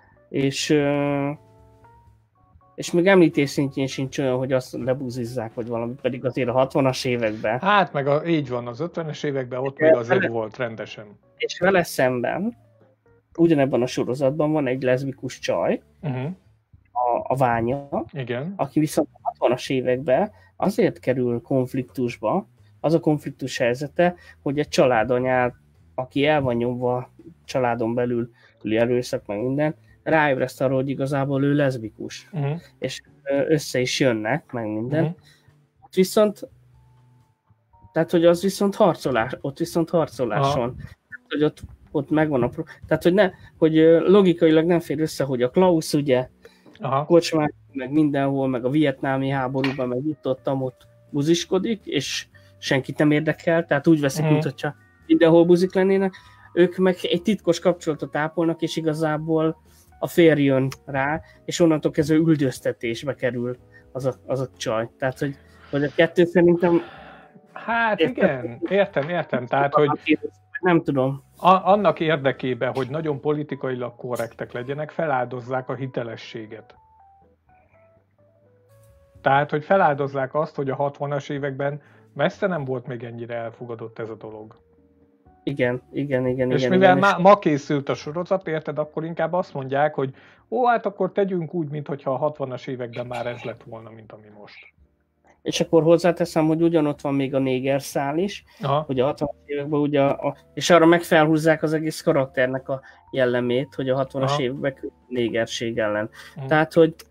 És még említés szintjén sincs olyan, hogy azt lebuzizzák, vagy valami, pedig azért a 60-as években. Hát meg így van, az 50-es években ott még azért volt rendesen. És vele szemben, ugyanebben a sorozatban van egy leszbikus csaj, a Ványa, igen. Aki viszont a 60-as években azért kerül konfliktusba, az a konfliktus helyzete, hogy egy családanyát, aki el van nyomva családon belül erőszak meg minden, ráébreszt arról, hogy igazából ő leszbikus. És össze is jönnek, meg minden. Viszont, tehát, hogy az viszont harcolás, ott viszont harcoláson. Hogy ott megvan a tehát, hogy logikailag nem fér össze, hogy a Klaus ugye kocsmák, meg mindenhol, meg a vietnámi háborúban, meg ott buziskodik, és senkit nem érdekel, tehát úgy veszik, mintha mindenhol buzik lennének. Ők meg egy titkos kapcsolatot ápolnak, és igazából a férj jön rá, és onnantól kezdve üldöztetésbe kerül az a csaj. Tehát, hogy a kettő szerintem... Hát igen, értem. Tehát, hogy nem tudom. Annak érdekében, hogy nagyon politikailag korrektek legyenek, feláldozzák a hitelességet. Tehát, hogy feláldozzák azt, hogy a 60-as években messze nem volt még ennyire elfogadott ez a dolog. Igen. És mivel ma készült a sorozat, érted, akkor inkább azt mondják, hogy hát akkor tegyünk úgy, mintha a 60-as években már ez lett volna, mint ami most. És akkor hozzáteszem, hogy ugyanott van még a négerszál is, hogy a 60-as években ugye, és arra megfelhúzzák az egész karakternek a jellemét, hogy a 60-as években négerség ellen. Tehát,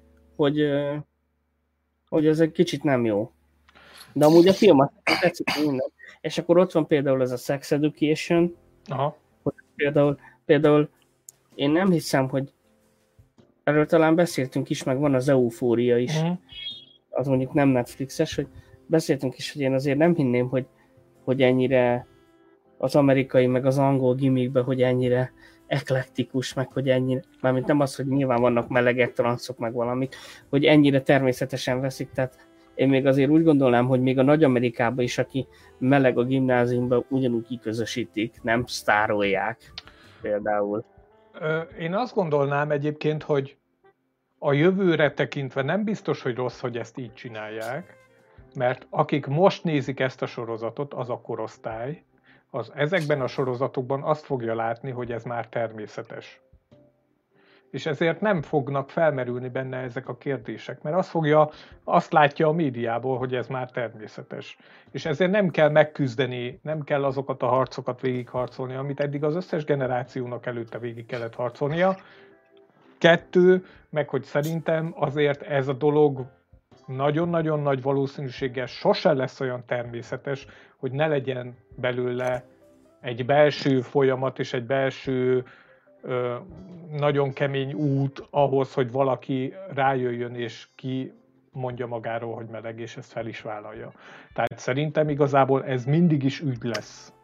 hogy ez egy kicsit nem jó. De amúgy a film tetszik minden. És akkor ott van például ez a Sex Education, hogy például én nem hiszem, hogy erről talán beszéltünk is, meg van az Eufória is, az mondjuk nem Netflixes, hogy beszéltünk is, hogy én azért nem hinném, hogy ennyire az amerikai, meg az angol gimmickben, hogy ennyire eklektikus, meg hogy ennyire, mármint nem az, hogy nyilván vannak melegek, transzok, meg valamik, hogy ennyire természetesen veszik, tehát én még azért úgy gondolnám, hogy még a Nagy Amerikában is, aki meleg a gimnáziumban, ugyanúgy kiközösítik, nem sztárolják például. Én azt gondolnám egyébként, hogy a jövőre tekintve nem biztos, hogy rossz, hogy ezt így csinálják, mert akik most nézik ezt a sorozatot, az a korosztály, az ezekben a sorozatokban azt fogja látni, hogy ez már természetes. És ezért nem fognak felmerülni benne ezek a kérdések, mert azt látja a médiából, hogy ez már természetes. És ezért nem kell megküzdeni, nem kell azokat a harcokat végigharcolni, amit eddig az összes generációnak előtte végig kellett harcolnia. 2, meg hogy szerintem azért ez a dolog nagyon-nagyon nagy valószínűséggel sose lesz olyan természetes, hogy ne legyen belőle egy belső folyamat és egy belső nagyon kemény út ahhoz, hogy valaki rájöjjön és ki mondja magáról, hogy meleg, és ezt fel is vállalja. Tehát szerintem igazából ez mindig is ügy lesz.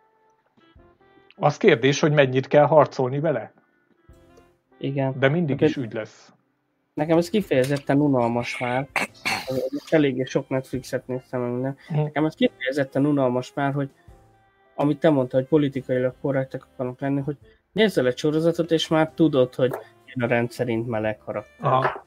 Az kérdés, hogy mennyit kell harcolni vele? Igen. De mindig is ügy lesz. Nekem ez kifejezetten unalmas már. Eléggé sok Netflixet néztem minden. Nekem ez kifejezetten unalmas már, hogy amit te mondtad, hogy politikailag korrektek akarnak lenni, hogy nézzel egy sorozatot, és már tudod, hogy jön a rendszerint meleg karakter.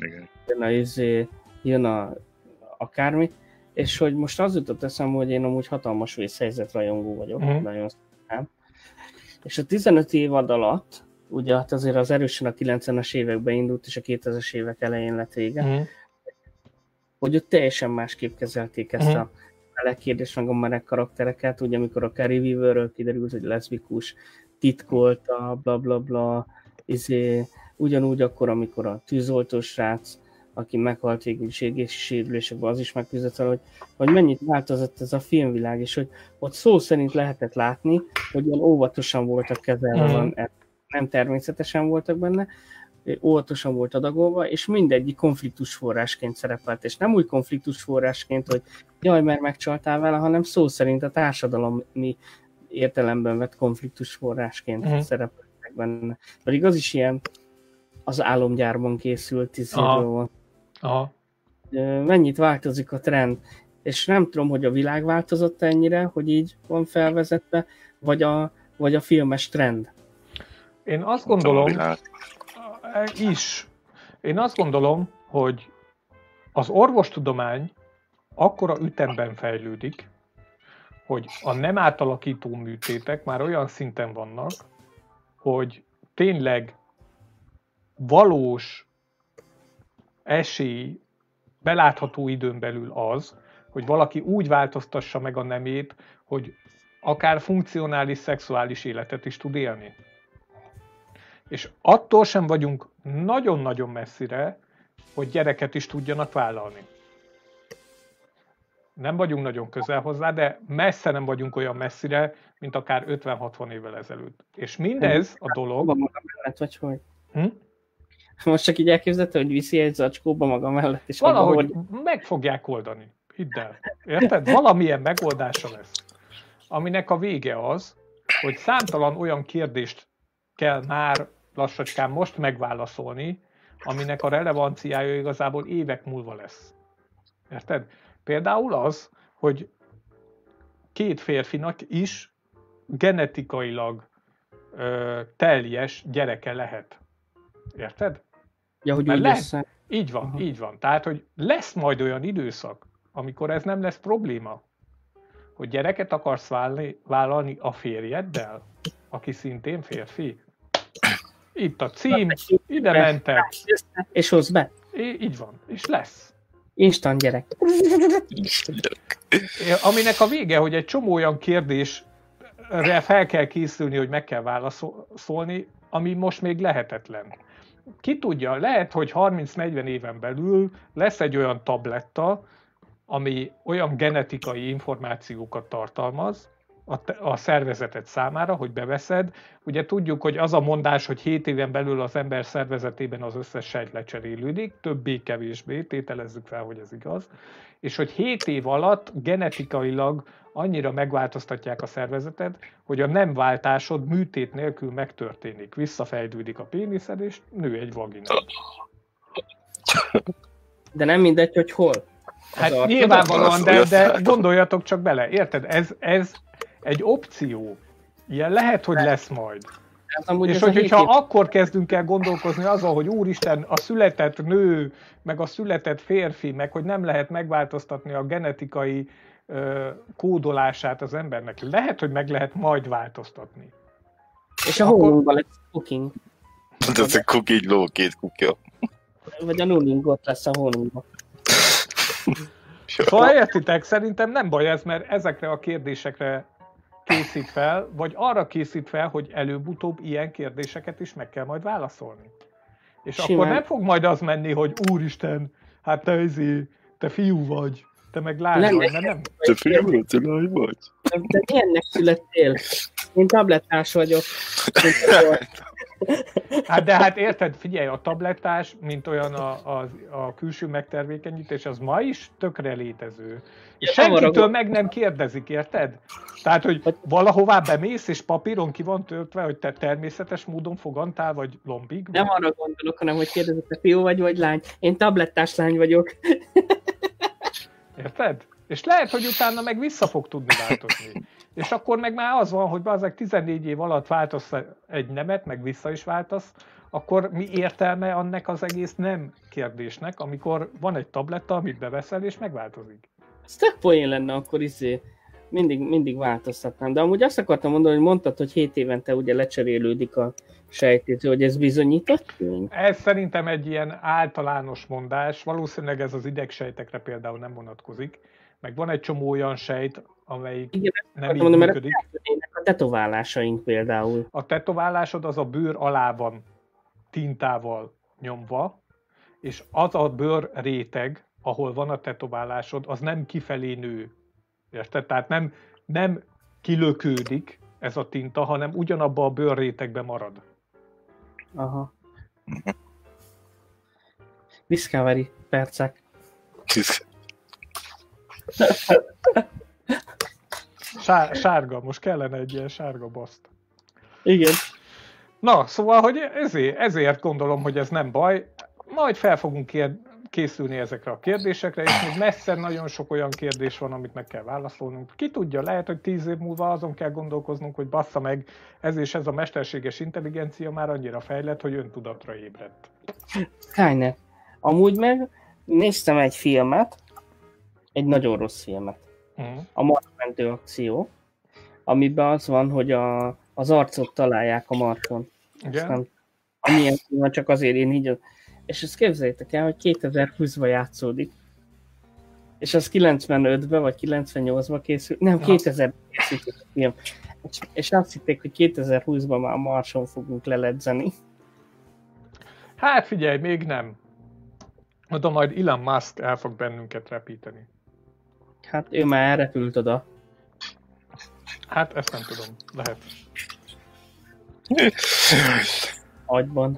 Jön a akármi, és hogy most az jutott eszembe, hogy én amúgy hatalmas vészhelyzet rajongó vagyok, nagyon szépen. És a 15 évad alatt, ugye hát azért az erősen a 90-es években indult, és a 2000-es évek elején lett vége, hogy ott teljesen másképp kezelték ezt a meleg kérdést, meg a meleg karaktereket, ugye amikor a Carrie Weaverről kiderült, hogy leszbikus, titkolta, blablabla, ugyanúgy akkor, amikor a tűzoltós srác, aki meghalt végül is égési sérülésekben, az is megküzdött, hogy mennyit változott ez a filmvilág, és hogy ott szó szerint lehetett látni, hogy olyan óvatosan voltak kezelve, nem természetesen voltak benne, óvatosan volt adagolva, és mindegyik konfliktusforrásként szerepelt, és nem úgy konfliktusforrásként, hogy jaj, mert megcsaltál vele, hanem szó szerint a társadalmi értelemben vett konfliktusforrásként szerepeltek benne. Pedig az is ilyen az álomgyárban készült volt. Aha. Mennyit változik a trend? És nem tudom, hogy a világ változott ennyire, hogy így van felvezetve, vagy a filmes trend. Én azt gondolom, Én azt gondolom, hogy az orvostudomány akkora ütemben fejlődik, hogy a nem átalakító műtétek már olyan szinten vannak, hogy tényleg valós esély belátható időn belül az, hogy valaki úgy változtassa meg a nemét, hogy akár funkcionális szexuális életet is tud élni. És attól sem vagyunk nagyon-nagyon messzire, hogy gyereket is tudjanak vállalni. Nem vagyunk nagyon közel hozzá, de messze nem vagyunk olyan messzire, mint akár 50-60 évvel ezelőtt. És mindez a dolog... Maga mellett, vagy hogy? Most csak így elképzelte, hogy viszi egy zacskóba maga mellett, és valahogy meg fogják oldani. Hidd el. Érted? Valamilyen megoldása lesz. Aminek a vége az, hogy számtalan olyan kérdést kell már lassacskán most megválaszolni, aminek a relevanciája igazából évek múlva lesz. Érted? Például az, hogy két férfinak is genetikailag teljes gyereke lehet. Érted? Ja, hogy úgy így van, így van. Tehát, hogy lesz majd olyan időszak, amikor ez nem lesz probléma, hogy gyereket akarsz vállalni a férjeddel, aki szintén férfi. Itt a cím, ide mentek. És hozz be. Így van, és lesz. Instant gyerek. Aminek a vége, hogy egy csomó olyan kérdésre fel kell készülni, hogy meg kell válaszolni, ami most még lehetetlen. Ki tudja, lehet, hogy 30-40 éven belül lesz egy olyan tabletta, ami olyan genetikai információkat tartalmaz a szervezeted számára, hogy beveszed. Ugye tudjuk, hogy az a mondás, hogy 7 éven belül az ember szervezetében az összes sejt lecserélődik, többé-kevésbé, tételezzük fel, hogy ez igaz, és hogy 7 év alatt genetikailag annyira megváltoztatják a szervezeted, hogy a nemváltásod műtét nélkül megtörténik. Visszafejlődik a péniszed, és nő egy vagina. De nem mindegy, hogy hol. Hát nyilvánvalóan, de gondoljatok csak bele, érted? Ez egy opció. Ilyen lehet, hogy lesz majd. És hogyha akkor kezdünk el gondolkozni azon, hogy úristen, a született nő, meg a született férfi, meg hogy nem lehet megváltoztatni a genetikai kódolását az embernek. Lehet, hogy meg lehet majd változtatni. És a hónunkban lesz cooking. Ez a cookie ló, két kukja. Vagy a nulling ott lesz a hónunkban. Szóval értitek, szerintem nem baj ez, mert ezekre a kérdésekre készít fel, vagy arra készít fel, hogy előbb-utóbb ilyen kérdéseket is meg kell majd válaszolni. És simán. Akkor nem fog majd az menni, hogy úristen, hát te fiú vagy, te meg lány vagy, nem? Te fiú vagy, te lány vagy. De milyennek születtél? Én tablettás vagyok. Hát érted, figyelj, a tablettás, mint olyan a külső megtermékenyítés, az ma is tökre létező. És senkitől meg nem kérdezik, érted? Tehát, hogy valahová bemész, és papíron ki van töltve, hogy te természetes módon fogantál, vagy lombig? Nem arra gondolok, hanem, hogy kérdezik, te fiú vagy lány. Én tablettás lány vagyok. Érted? És lehet, hogy utána meg vissza fog tudni változni. És akkor meg már az van, hogy azok 14 év alatt változ egy nemet, meg vissza is változ, akkor mi értelme annak az egész nem kérdésnek, amikor van egy tabletta, amit beveszel, és megváltozik. Ez tök poén lenne, akkor mindig változtatnám. De amúgy azt akartam mondani, hogy mondtad, hogy 7 évente ugye lecserélődik a sejtésző, hogy ez bizonyított? Ez szerintem egy ilyen általános mondás, valószínűleg ez az idegsejtekre például nem vonatkozik, meg van egy csomó olyan sejt, amelyik igen, nem így működik. A tetoválásaink például. A tetoválásod az a bőr alá van tintával nyomva, és az a bőr réteg, ahol van a tetoválásod, az nem kifelé nő. Érted? Tehát nem kilökődik ez a tinta, hanem ugyanabba a bőr rétegben marad. Aha. Discovery percek. Sárga, most kellene egy ilyen sárga baszt. Igen. Na, szóval, hogy ezért gondolom, hogy ez nem baj. Majd fel fogunk készülni ezekre a kérdésekre, és még messze nagyon sok olyan kérdés van, amit meg kell válaszolnunk. Ki tudja, lehet, hogy 10 év múlva azon kell gondolkoznunk, hogy bassza meg, ez a mesterséges intelligencia már annyira fejlett, hogy öntudatra ébredt. Skynet. Amúgy meg néztem egy filmet, egy nagyon rossz filmet. A Marsmentő akció, amiben az van, hogy az arcot találják a Marson. Igen? Amilyen film, csak azért én így... És ezt képzeljétek el, hogy 2020-ban játszódik. És az 95-ben vagy 98-ban készült. Nem, 2000-ben készült a film. És azt hitték, hogy 2020-ban már a Marson fogunk leledzeni. Hát figyelj, még nem. Oda majd Elon Musk el fog bennünket repíteni. Hát ő már elrepült oda. Hát ezt nem tudom, lehet. Agyban.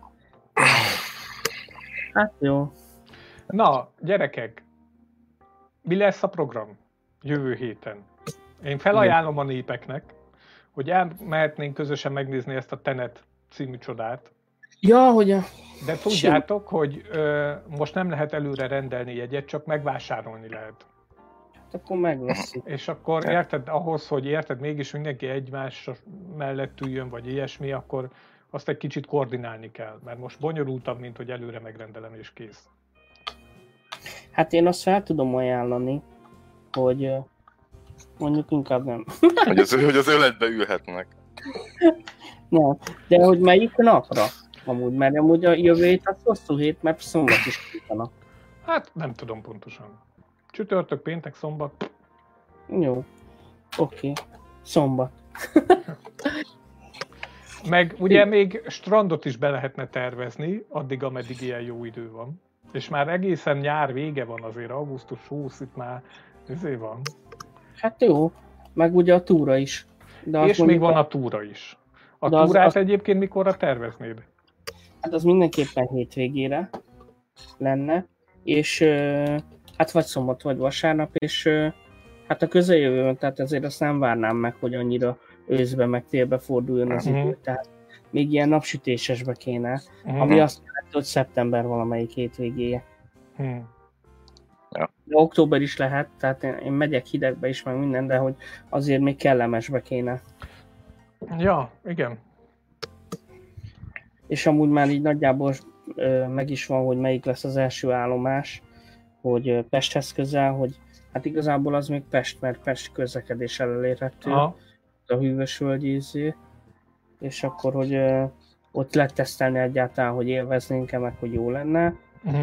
Hát jó. Na, gyerekek, mi lesz a program jövő héten? Én felajánlom a népeknek, hogy elmehetnénk közösen megnézni ezt a Tenet című csodát. Ja, hogy De tudjátok, hogy most nem lehet előre rendelni jegyet, csak megvásárolni lehet. Hát akkor megveszik. És akkor érted, ahhoz, hogy mégis mindenki egymás mellett üljön, vagy ilyesmi, akkor azt egy kicsit koordinálni kell, mert most bonyolultabb, mint hogy előre megrendelem és kész. Hát én azt fel tudom ajánlani, hogy mondjuk inkább nem. hogy az öletbe ülhetnek. Nem, de hogy melyik napra? Amúgy, mert amúgy a jövő hét az hosszú hét, mert szombat is kítanak. Hát nem tudom pontosan. Csütörtök, péntek, szombat. Jó, oké. Szombat. Meg ugye még strandot is be lehetne tervezni, addig, ameddig ilyen jó idő van. És már egészen nyár vége van azért, augusztus 20, itt már ezért van. Hát jó, meg ugye a túra is. De és még van a túra is. A túrát egyébként mikorra terveznéd? Hát az mindenképpen hétvégére lenne, és hát vagy szombat, vagy vasárnap, és hát a közeljövőben, tehát ezért azt nem várnám meg, hogy annyira őszbe meg télbe forduljon az idő, tehát még ilyen napsütésesbe kéne, ami azt jelenti, hogy szeptember valamelyik hétvégéje. Ja. De október is lehet, tehát én megyek hidegbe is, meg minden, de hogy azért még kellemesbe kéne. Ja, igen. És amúgy már így nagyjából meg is van, hogy melyik lesz az első állomás, hogy Pesthez közel, hogy hát igazából az még Pest, mert Pest közlekedéssel elérhető, a hűvösvölgyéző, és akkor, hogy ott letesztelni egyáltalán, hogy élveznénk-e, meg hogy jó lenne.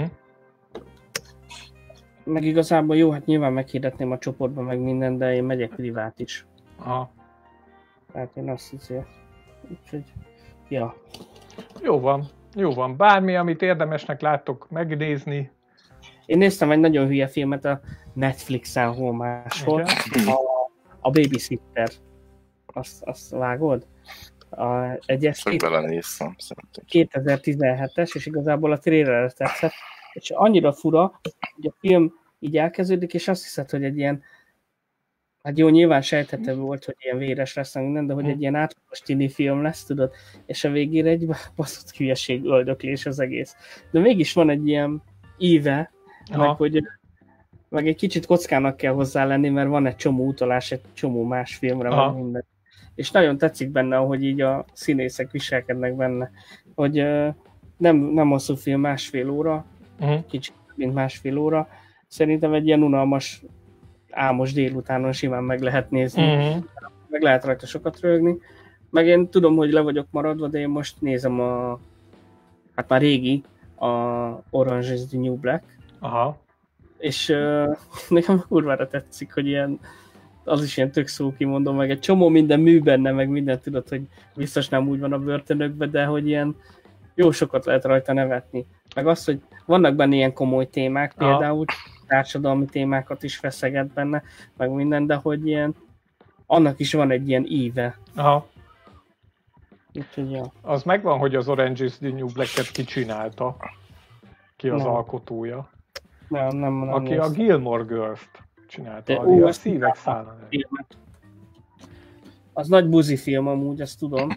Meg igazából jó, hát nyilván meghirdetném a csoportban meg minden, de én megyek privát is. Tehát én azt hiszem. Úgyhogy, ja. Jó van. Bármi, amit érdemesnek láttok megnézni. Én néztem egy nagyon hülye filmet a Netflixen, hol máshol. A Babysitter. Azt vágod? Egy belenéztem, szerintem. 2017-es, és igazából a trailer tetszett. És annyira fura, hogy a film így elkezdődik, és azt hiszed, hogy egy ilyen, hát jó, nyilván sejthető volt, hogy ilyen véres lesz minden, de hogy egy ilyen átlagos tini film lesz, tudod, és a végére egy baszott hülyeség öldöklés az egész. De mégis van egy ilyen íve, meg egy kicsit kockának kell hozzá lenni, mert van egy csomó utalás, egy csomó más filmre, van minden. És nagyon tetszik benne, ahogy így a színészek viselkednek benne, hogy nem hosszú film, másfél óra, kicsit mint másfél óra. Szerintem egy ilyen unalmas, álmos délutánon simán meg lehet nézni. Meg lehet rajta sokat rögni. Meg én tudom, hogy le vagyok maradva, de én most nézem hát már régi, a Orange is the New Black. És nekem kurvára tetszik, hogy ilyen, az is ilyen tök szókimondó, meg egy csomó minden mű benne, meg minden tudod, hogy biztos nem úgy van a börtönökben, de hogy ilyen jó sokat lehet rajta nevetni. Meg az, hogy vannak benne ilyen komoly témák, például társadalmi témákat is feszeget benne, meg minden, de hogy ilyen, annak is van egy ilyen íve. Úgyhogy, ja. Az megvan, hogy az Orange is the New Black-et kicsinálta. Ki az alkotója. Nem aki a Gilmore Girls-t csinálta, a Szívek szállna. Az nagy buzi film amúgy, azt tudom.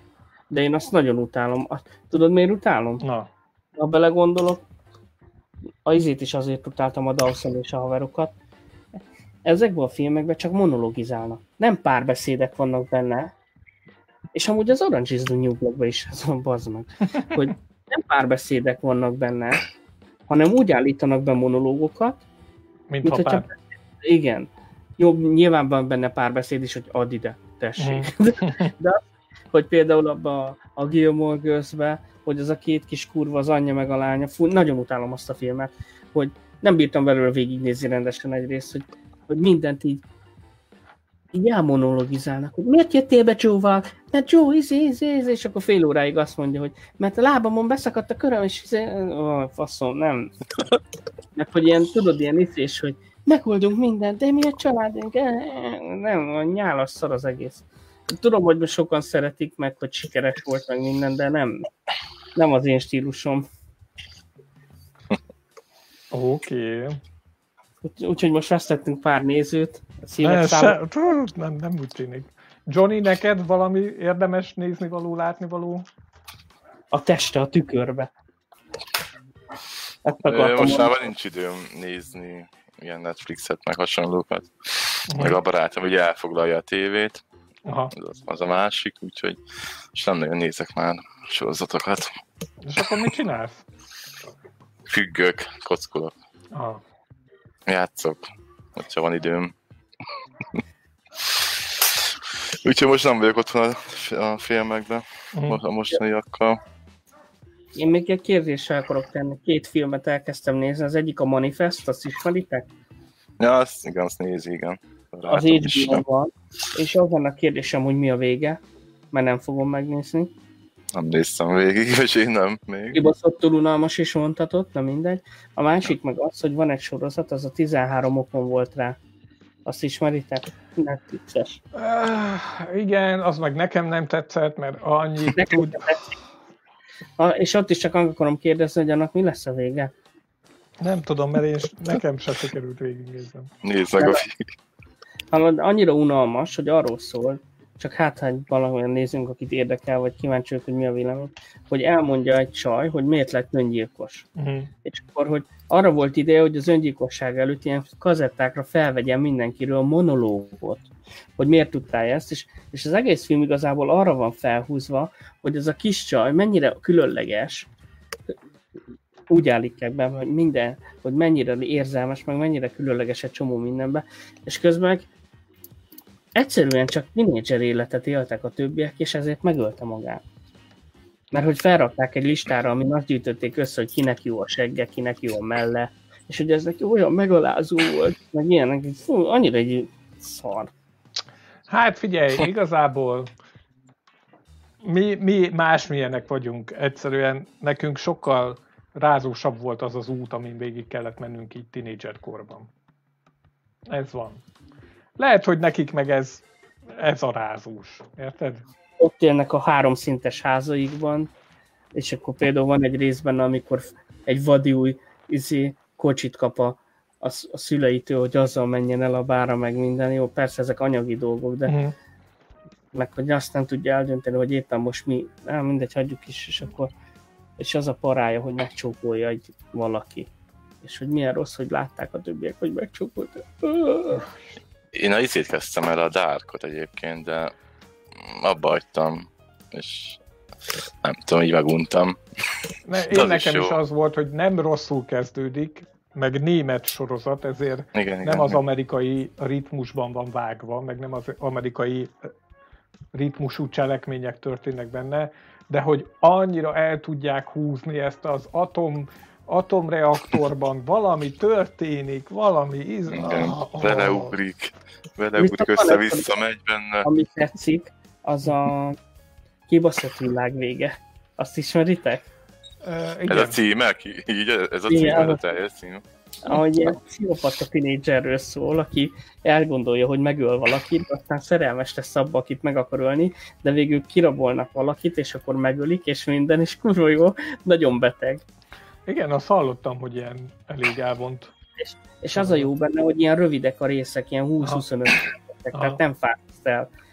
De én azt nagyon utálom. Tudod, miért utálom? Na. Ha belegondolok, a izét is azért utáltam, a Dawson és a haverokat. Ezekben a filmekben csak monologizálnak. Nem párbeszédek vannak benne. És amúgy az Orange is the New Blackben is ez van, bazd meg. Hogy nem párbeszédek vannak benne, hanem úgy állítanak be monológokat, mint ha igen. Jó, nyilván van benne párbeszéd is, hogy add ide, tessék. De hogy például abban a Gilmore Girls-be, hogy az a két kis kurva, az anyja meg a lánya, nagyon utálom azt a filmet, hogy nem bírtam belőle végignézni rendesen egyrészt, hogy mindent így elmonologizálnak, hogy miért jöttél be Joe-val? Mert Joe, és akkor fél óráig azt mondja, hogy mert a lábamon beszakadt a köröm, és faszom, nem. Mert hogy ilyen, tudod, ilyen és hogy megoldunk mindent, de mi a családunk? Nem, nyálas szar az egész. Tudom, hogy sokan szeretik meg, hogy sikeres volt meg minden, de nem az én stílusom. Oké. Úgyhogy most vesztettünk pár nézőt. Nem úgy tűnik. Johnny, neked valami érdemes néznivaló, látnivaló? A teste a tükörbe. Most már nincs időm nézni ilyen Netflixet, meg hasonlókat. Meg a barátom ugye elfoglalja a tévét. Az a másik, úgyhogy és nem nagyon nézek már sorozatokat. És akkor mit csinálsz? Függök, kockolok. Játszok, hogyha van időm. Úgyhogy most nem vagyok otthon a filmekben, a mostaniakkal. Én még egy kérdéssel akarok tenni. 2 filmet elkezdtem nézni, az egyik a Manifest, azt ismeritek? Ja, azt nézi, igen. Az HBO van, és az van a kérdésem, hogy mi a vége, mert nem fogom megnézni. Nem néztem végig, és én nem még. Kibaszottul unalmas és vontatott, na mindegy. A másik meg az, hogy van egy sorozat, az a 13 okon volt rá. Azt ismeritek? Netflixes. Igen, az meg nekem nem tetszett, mert annyit tud... És ott is csak akarom kérdezni, hogy annak mi lesz a vége? Nem tudom, mert nekem se sikerült végignéznem. Nézd meg a film. Annyira unalmas, hogy arról szól, csak hát valamilyen nézünk, akit érdekel, vagy kíváncsiak, hogy mi a vélemény, hogy elmondja egy csaj, hogy miért lett öngyilkos. És akkor, hogy arra volt ideje, hogy az öngyilkosság előtt ilyen kazettákra felvegyen mindenkiről monológot, hogy miért tudtál ezt, és az egész film igazából arra van felhúzva, hogy ez a kis csaj mennyire különleges, úgy állítják be, hogy mennyire érzelmes, meg mennyire különleges egy csomó mindenbe, és közben egyszerűen csak tínédzser életet éltek a többiek, és ezért megölte magát. Mert hogy felrakták egy listára, amin azt gyűjtötték össze, hogy kinek jó a segge, kinek jó a melle, és hogy ez neki olyan megalázó volt, meg ilyenek, annyira egy szar. Hát figyelj, igazából mi másmilyenek vagyunk. Egyszerűen nekünk sokkal rázósabb volt az az út, amin végig kellett mennünk így tínédzserkorban. Ez van. Lehet, hogy nekik meg ez a rázós. Érted? Ott élnek a 3 szintes házaikban, és akkor például van egy részben, amikor egy vadiúj kocsit kap a szüleitől, hogy azzal menjen el a bárra, meg minden. Jó, persze ezek anyagi dolgok, de meg hogy azt nem tudja eldönteni, hogy éppen most mindegy, hagyjuk is, és akkor és az a parája, hogy megcsókolja egy valaki. És hogy milyen rossz, hogy látták a többiek, hogy megcsókolta. Én a izét kezdtem el, a Darkot egyébként, de abba hagytam, és nem tudom, így meguntam. Nekem is az volt, hogy nem rosszul kezdődik, meg német sorozat, ezért nem az amerikai ritmusban van vágva, meg nem az amerikai ritmusú cselekmények történnek benne, de hogy annyira el tudják húzni ezt az atomreaktorban, valami történik, valami beleugrik össze-vissza, megy benne. Ami tetszik, az a kibaszott világ vége. Azt ismeritek? Ez a címe? Ez a címe, ez a teljes címe. Ahogy ilyen pszichopata tínédzserről szól, aki elgondolja, hogy megöl valakit, aztán szerelmes lesz abba, akit meg akar ölni, de végül kirabolnak valakit, és akkor megölik, és minden, és kurva jó, nagyon beteg. Igen, azt hallottam, hogy ilyen elég elvont. És az a jó benne, hogy ilyen rövidek a részek, ilyen 20-25 percek, tehát nem fáraszt el.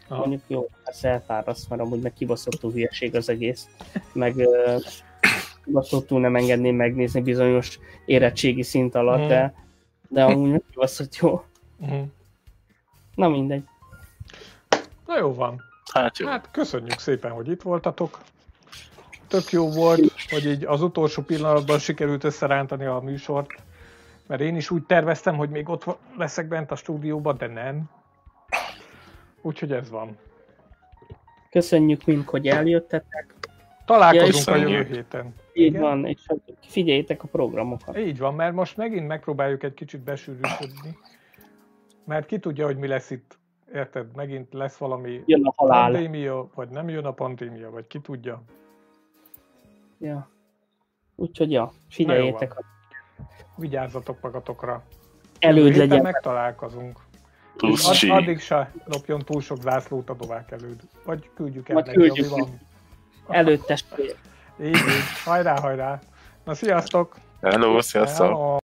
Mondjuk jó, persze elfáraszt, mert amúgy meg kibaszottul hülyeség az egész. Meg kibaszottul nem engedném megnézni bizonyos érettségi szint alatt, de amúgy meg kibaszott jó. Na mindegy. Na jó van. Hát jó. Hát köszönjük szépen, hogy itt voltatok. Tök jó volt, hogy így az utolsó pillanatban sikerült összerántani a műsort. Mert én is úgy terveztem, hogy még ott leszek bent a stúdióban, de nem. Úgyhogy ez van. Köszönjük mind, hogy eljöttetek. Találkozunk a jövő héten. Így igen? Van, és figyeljétek a programokat. Így van, mert most megint megpróbáljuk egy kicsit besűrűsödni. Mert ki tudja, hogy mi lesz itt. Érted? Megint lesz valami pandémia, vagy nem jön a pandémia, vagy ki tudja. Ja. Úgyhogy ja, figyeljétek. Vigyázzatok magatokra. Előd legyen. Megtalálkozunk. Pussi. Addig se lopjon túl sok zászlót a Dovák előd. Vagy küldjük el neki, ami van. Előttestvére. Így, hajrá, hajrá. Na, sziasztok! Hello, sziasztok! Hello.